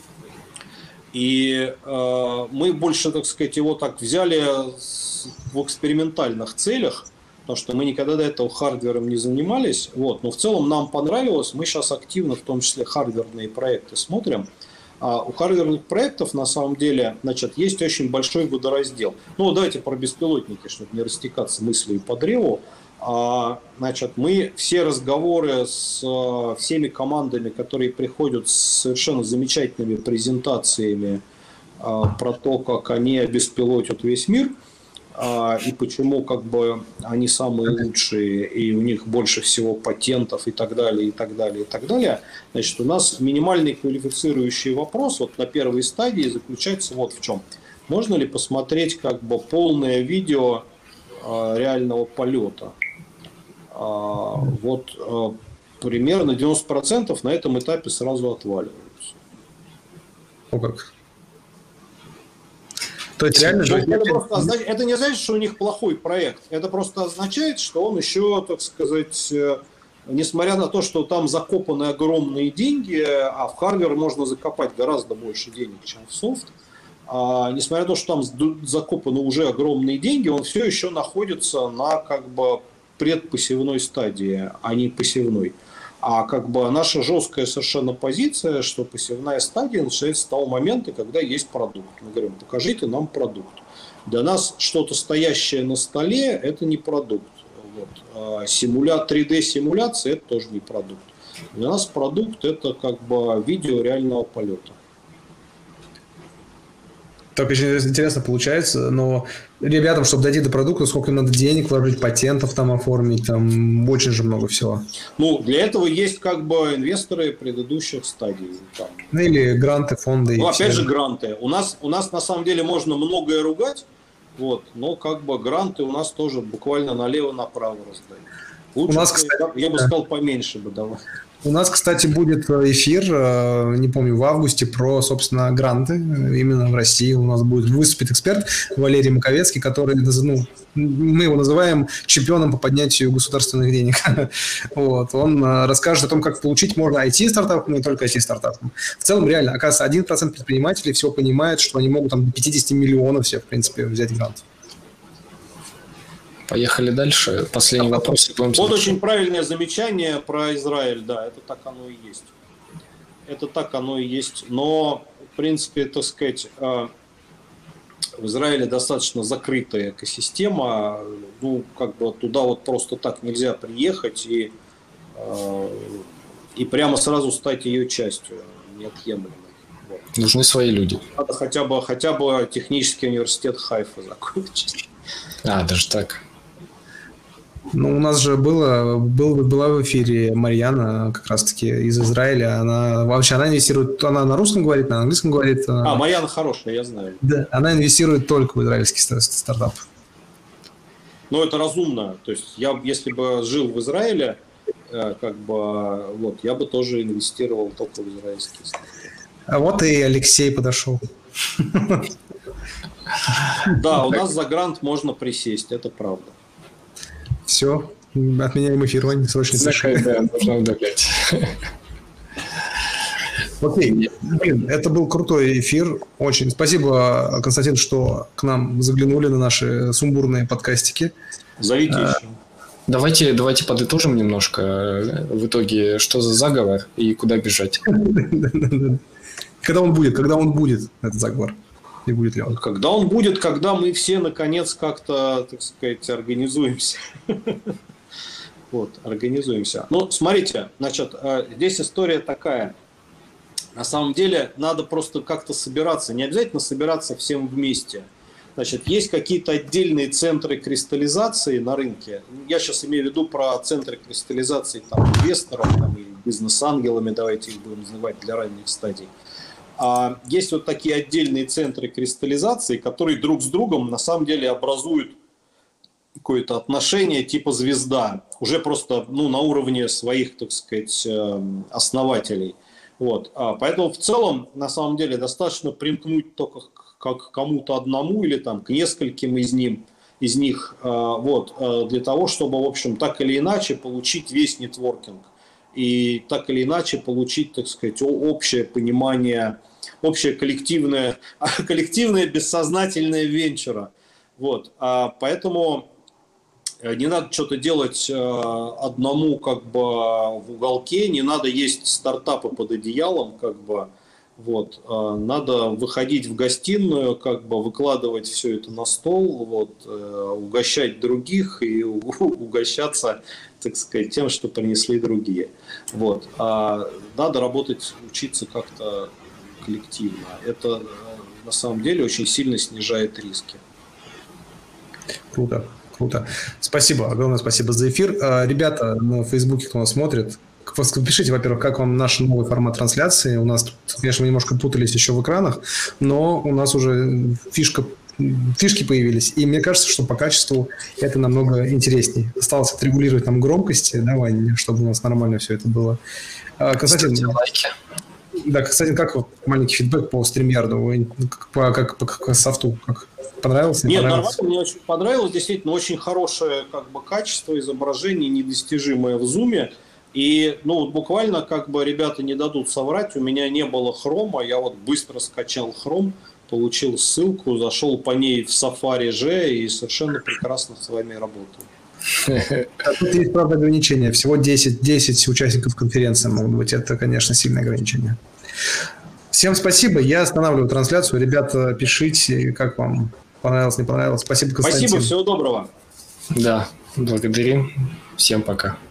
И мы больше, так сказать, его так взяли в экспериментальных целях, потому что мы никогда до этого хардвером не занимались. Вот. Но в целом нам понравилось. Мы сейчас активно, в том числе, хардверные проекты смотрим. У хардверных проектов, на самом деле, значит, есть очень большой водораздел. Давайте про беспилотники, чтобы не растекаться мыслью по древу. Значит, мы все разговоры с всеми командами, которые приходят с совершенно замечательными презентациями про то, как они обеспилотят весь мир, и почему как бы они самые лучшие, и у них больше всего патентов и так далее, и так далее, и так далее. Значит, у нас минимальный квалифицирующий вопрос вот на первой стадии заключается вот в чем. Можно ли посмотреть как бы полное видео реального полета? Вот примерно 90% на этом этапе сразу отваливаются. О как. То есть реально это не значит, что у них плохой проект. Это просто означает, что он еще, так сказать, несмотря на то, что там закопаны огромные деньги, а в хардвер можно закопать гораздо больше денег, чем в софт, несмотря на то, что там закопаны уже огромные деньги, он все еще находится на как бы предпосевной стадии, а не посевной. А как бы наша жесткая совершенно позиция, что посевная стадия начинается с того момента, когда есть продукт. Мы говорим, покажите нам продукт. Для нас что-то стоящее на столе – это не продукт. Вот. 3D-симуляция – это тоже не продукт. Для нас продукт – это как бы видео реального полета. Так очень интересно получается, но ребятам, чтобы дойти до продукта, сколько им надо денег вложить, патентов там оформить, там очень же много всего. Для этого есть как бы инвесторы предыдущих стадий. Там. Или гранты, фонды. Опять же гранты. У нас на самом деле можно многое ругать, вот, но как бы гранты у нас тоже буквально налево-направо раздают. Лучше, у нас, кстати, я бы сказал, поменьше бы давай. У нас, кстати, будет эфир, не помню, в августе про, собственно, гранты. Именно в России у нас будет выступит эксперт Валерий Маковецкий, который, мы его называем чемпионом по поднятию государственных денег. Вот. Он расскажет о том, как получить можно IT-стартап, но не только IT-стартап. В целом, реально, оказывается, 1% предпринимателей всего понимает, что они могут там до 50 миллионов все, в принципе, взять грант. Поехали дальше. Последний вопрос. Вот очень правильное замечание про Израиль. Да, это так оно и есть. Это так оно и есть. Но, в принципе, так сказать, в Израиле достаточно закрытая экосистема. Как бы туда вот просто так нельзя приехать и прямо сразу стать ее частью, неотъемлемой. Вот. Нужны свои люди. Надо хотя бы технический университет Хайфа закончить. Даже так. У нас же была в эфире Марьяна, как раз-таки из Израиля. Она инвестирует, она на русском говорит, на английском говорит. Марьяна хорошая, я знаю. Да, она инвестирует только в израильский стартап. Это разумно. То есть я, если бы жил в Израиле, как бы, я бы тоже инвестировал только в израильский стартап. А вот и Алексей подошел. Да, у нас за грант можно присесть, это правда. Все, отменяем эфир, Вань, срочно пиши. Да, нужно удалять. Окей, это был крутой эфир, очень. Спасибо, Константин, что к нам заглянули на наши сумбурные подкастики. Зовите еще. Давайте подытожим немножко. В итоге, что за заговор и куда бежать? Когда он будет, этот заговор? И будет ли он? Когда он будет, когда мы все наконец как-то, так сказать, организуемся. Организуемся. Смотрите, значит, здесь история такая. На самом деле надо просто как-то собираться, не обязательно собираться всем вместе. Значит, есть какие-то отдельные центры кристаллизации на рынке. Я сейчас имею в виду про центры кристаллизации там, инвесторов там, и бизнес-ангелами, давайте их будем называть для ранних стадий. А есть вот такие отдельные центры кристаллизации, которые друг с другом на самом деле образуют какое-то отношение типа звезда, уже просто на уровне своих, так сказать, основателей. Вот. Поэтому в целом, на самом деле, достаточно примкнуть только к кому-то одному или там, к нескольким из них, вот, для того, чтобы, в общем, так или иначе получить весь нетворкинг и так или иначе получить, так сказать, общее понимание, общее коллективное бессознательное венчура. Вот. Поэтому не надо что-то делать одному как бы в уголке, не надо есть стартапы под одеялом, как бы. Вот. Надо выходить в гостиную, как бы выкладывать все это на стол, вот, угощать других и угощаться, так сказать, тем, что принесли другие. Вот. Надо работать, учиться как-то коллективно. Это на самом деле очень сильно снижает риски. Круто. Круто. Спасибо, огромное спасибо за эфир. Ребята на Фейсбуке, кто нас смотрит, пишите, во-первых, как вам наш новый формат трансляции. У нас, конечно, мы немножко путались еще в экранах, но у нас уже фишки появились. И мне кажется, что по качеству это намного интереснее. Осталось отрегулировать нам громкости, да, Вань, чтобы у нас нормально все это было. Кстати, лайки. Да, кстати, как вот маленький фидбэк по StreamYard, по софту, как понравилось? Нет, нормально, мне очень понравилось, действительно, очень хорошее как бы качество изображения, недостижимое в зуме. И буквально как бы ребята не дадут соврать, у меня не было хрома, я вот быстро скачал хром, получил ссылку, зашел по ней в Safari G и совершенно прекрасно с вами работал. Тут есть, правда, ограничения. Всего 10 участников конференции могут быть. Это, конечно, сильное ограничение. Всем спасибо. Я останавливаю трансляцию. Ребята, пишите, как вам понравилось, не понравилось. Спасибо, Константин. Спасибо, всего доброго. Да, благодарим. Всем пока.